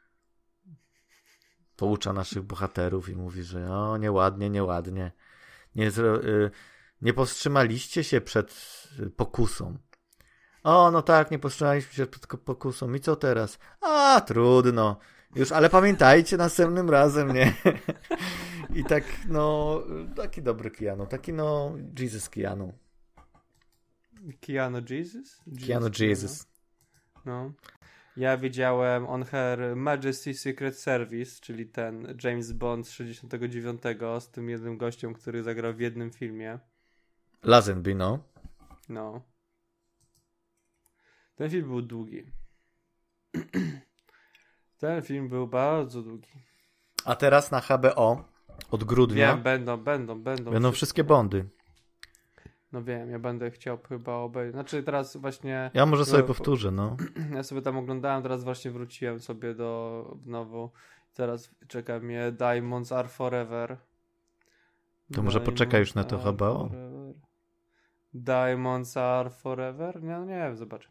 Poucza naszych bohaterów i mówi, że o, nieładnie, nieładnie. Nie, zro, y, nie powstrzymaliście się przed pokusą. O, no tak, nie powstrzymaliśmy się przed pokusą. I co teraz? A, trudno. Już, ale pamiętajcie następnym razem, nie? I tak, no, taki dobry Keanu. Taki, no, Jesus Keanu. Keanu Jesus? Jesus Keanu Jesus. No. Ja widziałem On Her Majesty's Secret Service, czyli ten James Bond z sześćdziesiątego dziewiątego z tym jednym gościem, który zagrał w jednym filmie. Lazenby, no. No. Ten film był długi. Ten film był bardzo długi. A teraz na H B O od grudnia Wiem, będą, będą, będą. Będą wszystkie Bondy. No wiem, ja będę chciał chyba obejrzeć. Znaczy teraz właśnie... Ja może sobie no, powtórzę, no. Ja sobie tam oglądałem, teraz właśnie wróciłem sobie do znowu. Teraz czeka mnie Diamonds Are Forever. To Diamonds może poczekaj już na to H B O. Forever. Diamonds Are Forever? Nie, nie wiem, zobacz.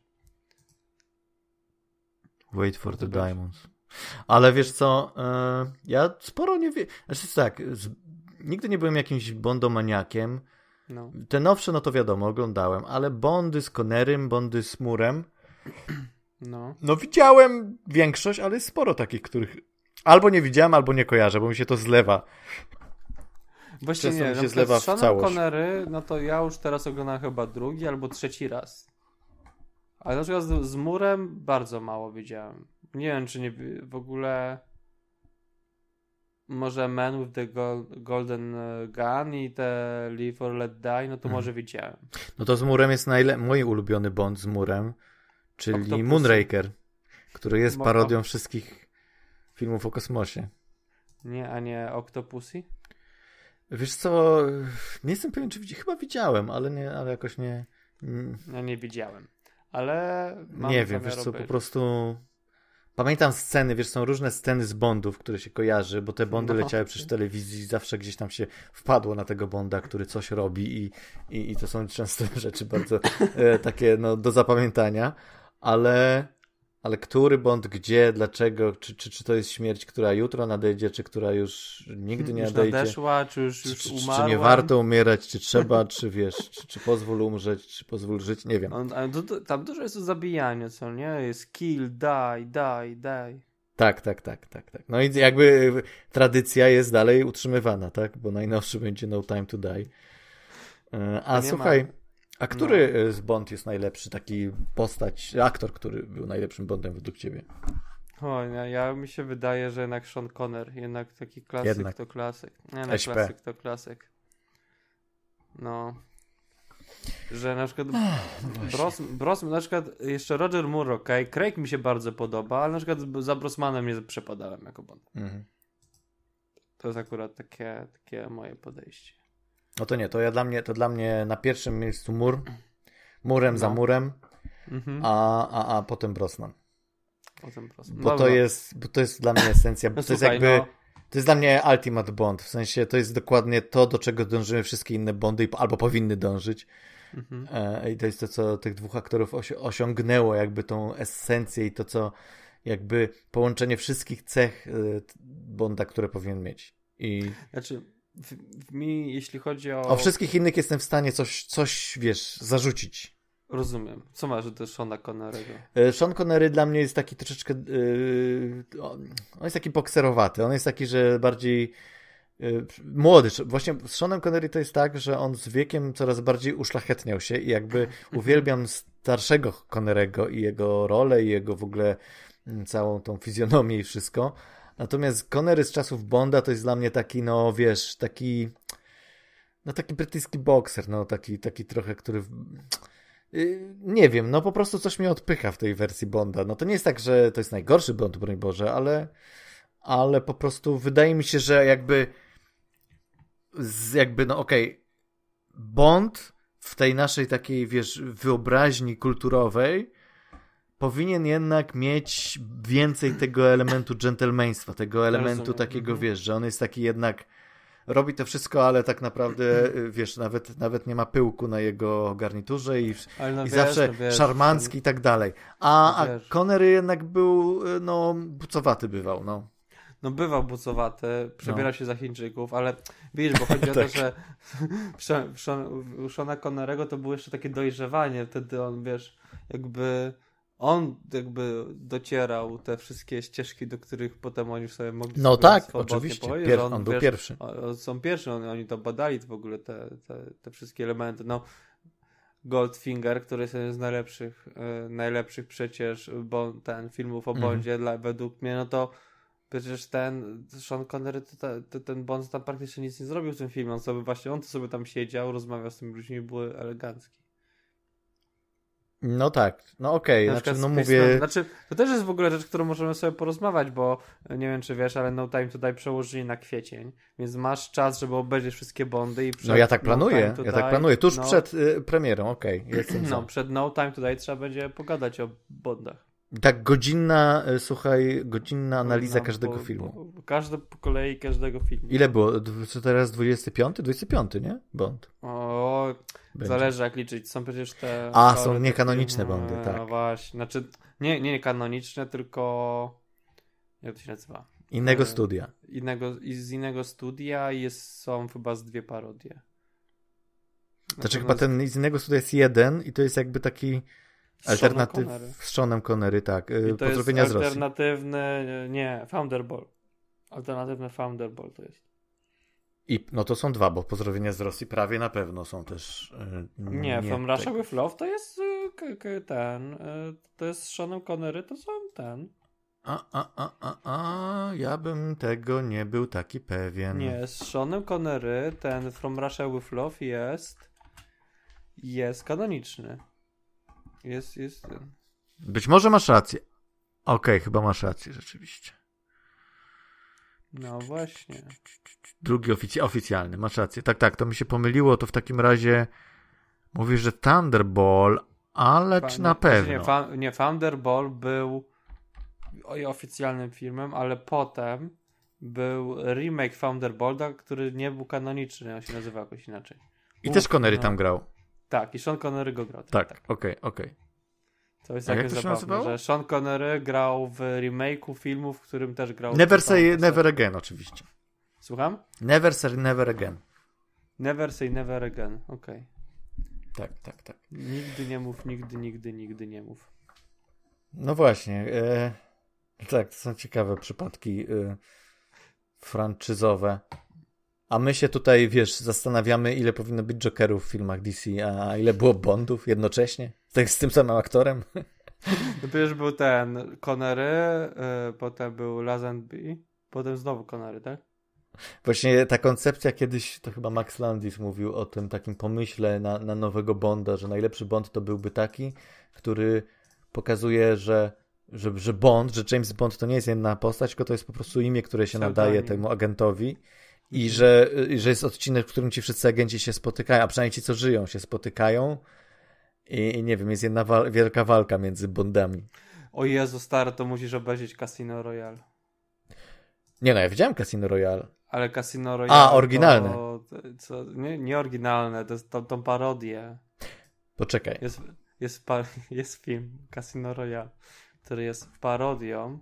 Wait for the diamonds. Ale wiesz co, yy, ja sporo nie wiem. Znaczy tak, z... nigdy nie byłem jakimś bondomaniakiem. No. Te nowsze, no to wiadomo, oglądałem, ale Bondy z Connerym, Bondy z Moorem. No. No widziałem większość, ale jest sporo takich, których albo nie widziałem, albo nie kojarzę, bo mi się to zlewa. Właśnie nie, mi się zlewa w całość. Connery, no to ja już teraz oglądam chyba drugi albo trzeci raz. Ale na przykład z, z Moorem bardzo mało widziałem. Nie wiem, czy nie w ogóle... Może Man with the Golden Gun i te Live or Let Die, no to hmm. może widziałem. No to z Moorem jest najle- mój ulubiony Bond z Moorem, czyli Octopusy. Moonraker, który jest Mo- parodią wszystkich filmów o kosmosie. Nie, a nie Octopussy? Wiesz co, nie jestem pewien, czy widzi- chyba widziałem, ale nie, ale jakoś nie... Ja nie widziałem, ale mam nie wiem, wiesz co, obejrzeć. Po prostu... Pamiętam sceny, wiesz, są różne sceny z Bondów, które się kojarzy, bo te Bondy no. leciały przecież w telewizji, zawsze gdzieś tam się wpadło na tego Bonda, który coś robi i, i, i to są często rzeczy bardzo e, takie no, do zapamiętania, ale, ale który Bond, gdzie, dlaczego, czy, czy, czy to jest śmierć, która jutro nadejdzie, czy która już nigdy nie już nadejdzie. Nadeszła, czy już, już czy, umarła. Czy nie warto umierać, czy trzeba, czy wiesz, czy, czy pozwól umrzeć, czy pozwól żyć, nie wiem. On, to, to, tam dużo jest o zabijaniu, co nie? Jest kill, die, die, die. Tak, tak, tak, tak, tak. No i jakby tradycja jest dalej utrzymywana, tak? Bo najnowszy będzie No Time to Die. A słuchaj, ma... a który no. z Bond jest najlepszy, taki postać, aktor, który był najlepszym Bondem według ciebie? O, ja, ja mi się wydaje, że jednak Sean Connery, jednak taki klasyk jednak. to klasyk. Nie, no, klasyk to klasyk. No. Że na przykład Bros, Bros, na przykład jeszcze Roger Moore, okej, okay. Craig mi się bardzo podoba, ale na przykład za Brosmanem nie przepadałem jako Bond. Mhm. To jest akurat takie, takie moje podejście. No to nie, to ja dla mnie, to dla mnie na pierwszym miejscu Moore, Moorem no. za Moorem, mhm. a, a, a potem Brosnan. Potem Brosnan. Bo to jest, bo to jest dla mnie esencja, no, to słuchaj, jest jakby... No. To jest dla mnie Ultimate Bond, w sensie to jest dokładnie to, do czego dążymy wszystkie inne Bondy, albo powinny dążyć. Mhm. E, I to jest to, co tych dwóch aktorów osi- osiągnęło, jakby tą esencję i to, co jakby połączenie wszystkich cech y, Bonda, które powinien mieć. I... Znaczy, w, w mi, jeśli chodzi o... O wszystkich innych jestem w stanie coś, coś wiesz, zarzucić. Rozumiem. Co masz do Seana Connery'ego? Sean Connery dla mnie jest taki troszeczkę... Yy, on jest taki bokserowaty. On jest taki, że bardziej yy, młody. Właśnie z Seanem Connery to jest tak, że on z wiekiem coraz bardziej uszlachetniał się i jakby uwielbiam starszego Connery'ego i jego rolę i jego w ogóle całą tą fizjonomię i wszystko. Natomiast Connery z czasów Bonda to jest dla mnie taki, no wiesz, taki no taki brytyjski bokser, no taki, taki trochę, który... Nie wiem, no po prostu coś mnie odpycha w tej wersji Bonda. No to nie jest tak, że to jest najgorszy Bond, broń Boże, ale, ale po prostu wydaje mi się, że jakby z, jakby, no okej, okay, Bond w tej naszej takiej, wiesz, wyobraźni kulturowej powinien jednak mieć więcej tego elementu dżentelmeństwa, tego elementu Rozumiem. takiego, mhm. wiesz, że on jest taki jednak robi to wszystko, ale tak naprawdę, wiesz, nawet, nawet nie ma pyłku na jego garniturze i, no i wiesz, zawsze no wiesz, szarmancki i tak dalej. A, a Connery jednak był, no, bucowaty bywał, no. No bywał bucowaty, przebierał no. się za Chińczyków, ale wiesz, bo chodzi o to, że u Seana Connery'ego to było jeszcze takie dojrzewanie, wtedy on, wiesz, jakby on jakby docierał te wszystkie ścieżki, do których potem oni sobie mogli No tak, oczywiście, Pier- on, on był wiesz, pierwszy. Są pierwszy, on, oni to badali w ogóle te, te, te wszystkie elementy. No Goldfinger, który jest jeden z najlepszych, e, najlepszych przecież bo, ten filmów o Bondzie, mm. dla, według mnie, no to przecież ten Sean Connery, to, to, ten Bond tam praktycznie nic nie zrobił w tym filmie, on sobie właśnie, on to sobie tam siedział, rozmawiał z tymi ludźmi, były elegancki. No tak, no okej, okay. znaczy no mówię... Znaczy, to też jest w ogóle rzecz, którą możemy sobie porozmawiać, bo nie wiem, czy wiesz, ale No Time to Die przełożyli na kwiecień, więc masz czas, żeby obejrzeć wszystkie Bondy i przed No ja tak planuję, no ja tak planuję, tuż no, przed y, premierą, okej. Okay, no, przed No Time to Die trzeba będzie pogadać o Bondach. Tak, godzinna, słuchaj, godzinna analiza no, każdego bo, filmu. Bo, każde po kolei każdego filmu. Ile było? Co teraz dwudziesty piąty? dwudziesty piąty, nie? Bond. O, będzie. Zależy jak liczyć. Są przecież te... A, są niekanoniczne Bondy, tak. No właśnie, znaczy nie, nie kanoniczne, tylko jak to się nazywa? Innego studia. Innego, z innego studia jest, są chyba z dwie parodie. Znaczy chyba ten z innego studia jest jeden i to jest jakby taki alternatyw z Seanem Connery, tak. I to Pozdrowienia jest alternatywny, nie, Founderball. Alternatywny Founderball to jest. I no to są dwa, bo Pozdrowienia z Rosji prawie na pewno są też... Yy, nie, nie, From Russia tak. with Love to jest yy, k- ten, yy, to jest z Seanem Connery, to są ten. A, a, a, a, a, ja bym tego nie był taki pewien. Nie, z Seanem Connery ten From Russia with Love jest jest kanoniczny. Jest, jest. Być może masz rację. Okej, okay, chyba masz rację, rzeczywiście. No właśnie. Drugi ofic- oficjalny, masz rację. Tak, tak, to mi się pomyliło, to w takim razie mówisz, że Thunderball, ale Fa- czy na nie, pewno? Nie, fa- nie, Thunderball był oficjalnym filmem, ale potem był remake Thunderbolta, który nie był kanoniczny, on się nazywa jakoś inaczej. I Uf, też Connery no. tam grał. Tak, i Sean Connery go grał. Tak, okej, tak. okej. Okay, okay. To jest jakieś zabawne, że Sean Connery grał w remake'u filmu, w którym też grał... Never Say Never Again, oczywiście. Słucham? Never Say Never Again. Never Say Never Again, okej. Okay. Tak, tak, tak. Nigdy nie mów, nigdy, nigdy, nigdy nie mów. No właśnie. E, tak, to są ciekawe przypadki e, franczyzowe. A my się tutaj, wiesz, zastanawiamy, ile powinno być Jokerów w filmach D C, a ile było Bondów jednocześnie? Tak z tym samym aktorem? No przecież był ten Connery, yy, potem był Lazenby, potem znowu Connery, tak? Właśnie ta koncepcja kiedyś, to chyba Max Landis mówił o tym takim pomyśle na, na nowego Bonda, że najlepszy Bond to byłby taki, który pokazuje, że, że, że Bond, że James Bond to nie jest jedna postać, tylko to jest po prostu imię, które się nadaje temu agentowi. I że, że jest odcinek, w którym ci wszyscy agenci się spotykają, a przynajmniej ci, co żyją, się spotykają i, i nie wiem, jest jedna wal- wielka walka między Bondami. O Jezu, stary, to musisz obejrzeć Casino Royale. Nie no, ja widziałem Casino Royale. Ale Casino Royale A, oryginalne. To, co, nie, nie oryginalne, to jest tą, tą parodię. Poczekaj. Jest, jest, pa, jest film Casino Royale, który jest parodią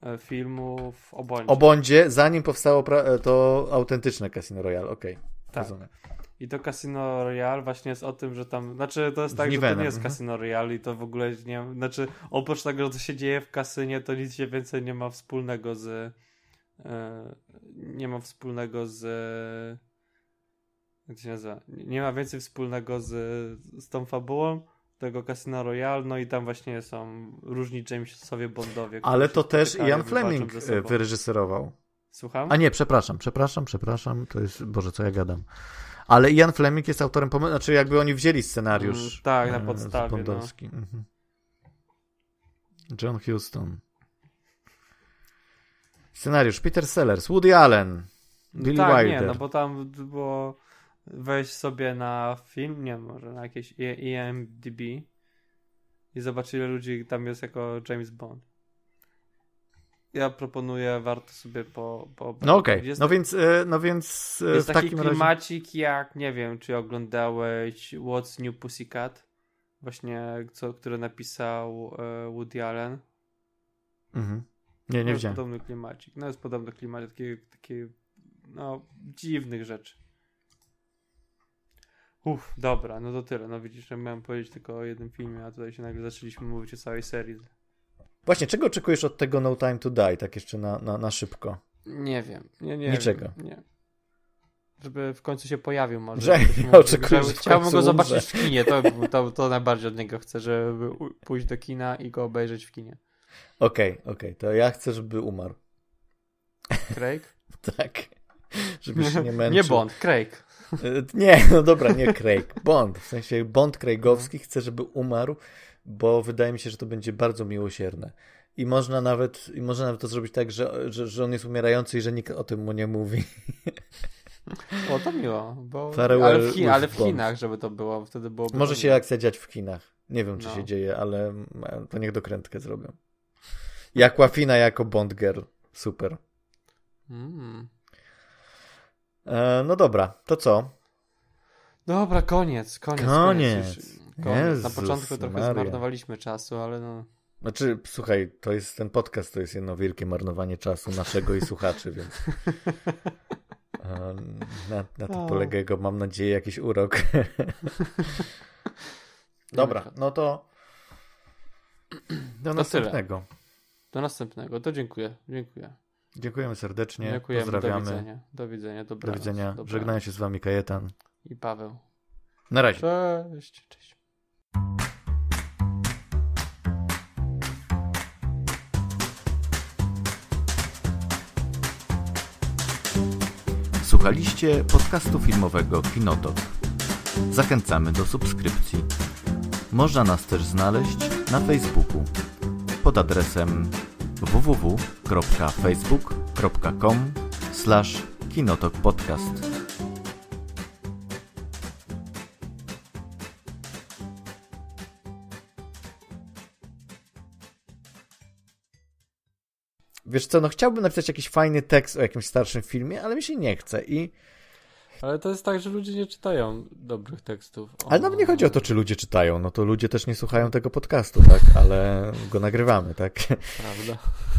filmów o Bondzie. O Bondzie, zanim powstało pra- to autentyczne Casino Royale, okej. Okay. Tak. Rozumiem. I to Casino Royale właśnie jest o tym, że tam, znaczy to jest tak, że to nie jest mhm. Casino Royale i to w ogóle nie, znaczy oprócz tego, co się dzieje w kasynie, to nic się więcej nie ma wspólnego z e, nie ma wspólnego z jak to się nazywa? Nie ma więcej wspólnego z, z tą fabułą tego Casino Royale, no i tam właśnie są różni Jamesowie Bondowie. Ale to też Ian Fleming wyreżyserował. Słucham? A nie, przepraszam, przepraszam, przepraszam, to jest, Boże, co ja gadam. Ale Ian Fleming jest autorem pomysłu, znaczy jakby oni wzięli scenariusz. Mm, tak, na podstawie. Bondowski. No. Mhm. John Huston. Scenariusz Peter Sellers, Woody Allen, Billy tak, Wilder. nie, no bo tam było wejść sobie na film, nie może na jakieś I M D B i zobaczyć, ile ludzi tam jest jako James Bond. Ja proponuję, warto sobie po... po no okej, okay. no, więc, no więc jest w taki takim klimacik razie... jak, nie wiem, czy oglądałeś What's New Pussycat, właśnie, co, który napisał e, Woody Allen. Mhm. Nie, nie no widziałem. Jest podobny klimacik. No jest podobny klimacik, takie, takie no, dziwnych rzeczy. Uff, dobra, no to tyle. No widzisz, że miałem powiedzieć tylko o jednym filmie, a tutaj się nagle zaczęliśmy mówić o całej serii. Właśnie, czego oczekujesz od tego No Time to Die, tak jeszcze na, na, na szybko? Nie wiem. Nie, nie Niczego. Wiem, nie. Żeby w końcu się pojawił może. Że ja oczekuję, że chciałbym go zobaczyć umrze. w kinie, to, to, to najbardziej od niego chcę, żeby pójść do kina i go obejrzeć w kinie. Okej, okay, okej, okay. To ja chcę, żeby umarł. Craig? Tak. Żeby się nie męczył. Nie Bond, Craig. Nie, no dobra, nie Craig. Bond. W sensie Bond Craigowski. Chcę, żeby umarł, bo wydaje mi się, że to będzie bardzo miłosierne. I można nawet, i można nawet to zrobić tak, że, że, że on jest umierający i że nikt o tym mu nie mówi. O, to miło. Bo... Ale, w Chin, ale w Chinach, żeby to było. Wtedy było. Może się akcja dziać w Chinach. Nie wiem, czy no. się dzieje, ale to niech dokrętkę zrobią. I Aquafina jako Bond Girl. Super. Mm. E, no dobra, to co? Dobra, koniec. Koniec. Koniec. koniec. koniec. Na początku trochę Maria. zmarnowaliśmy czasu, ale no... Znaczy, słuchaj, to jest ten podcast, to jest jedno wielkie marnowanie czasu naszego i słuchaczy, więc na, na tym polega jego, mam nadzieję, jakiś urok. Dobra, no to do to następnego. Tyle. Do następnego, to dziękuję. Dziękuję. Dziękujemy serdecznie, Dziękujemy. pozdrawiamy. Do widzenia, do widzenia, dobranoc. Do widzenia, dobranoc. Żegnają się z wami Kajetan i Paweł. Na razie. Cześć, cześć. Słuchaliście podcastu filmowego Kinotok. Zachęcamy do subskrypcji. Można nas też znaleźć na Facebooku pod adresem w w w kropka facebook kropka com slash kinotok podcast. Wiesz co, no chciałbym napisać jakiś fajny tekst o jakimś starszym filmie, ale mi się nie chce i... Ale to jest tak, że ludzie nie czytają dobrych tekstów. O... Ale nawet nie chodzi o to, czy ludzie czytają, no to ludzie też nie słuchają tego podcastu, tak? Ale go nagrywamy, tak? Prawda.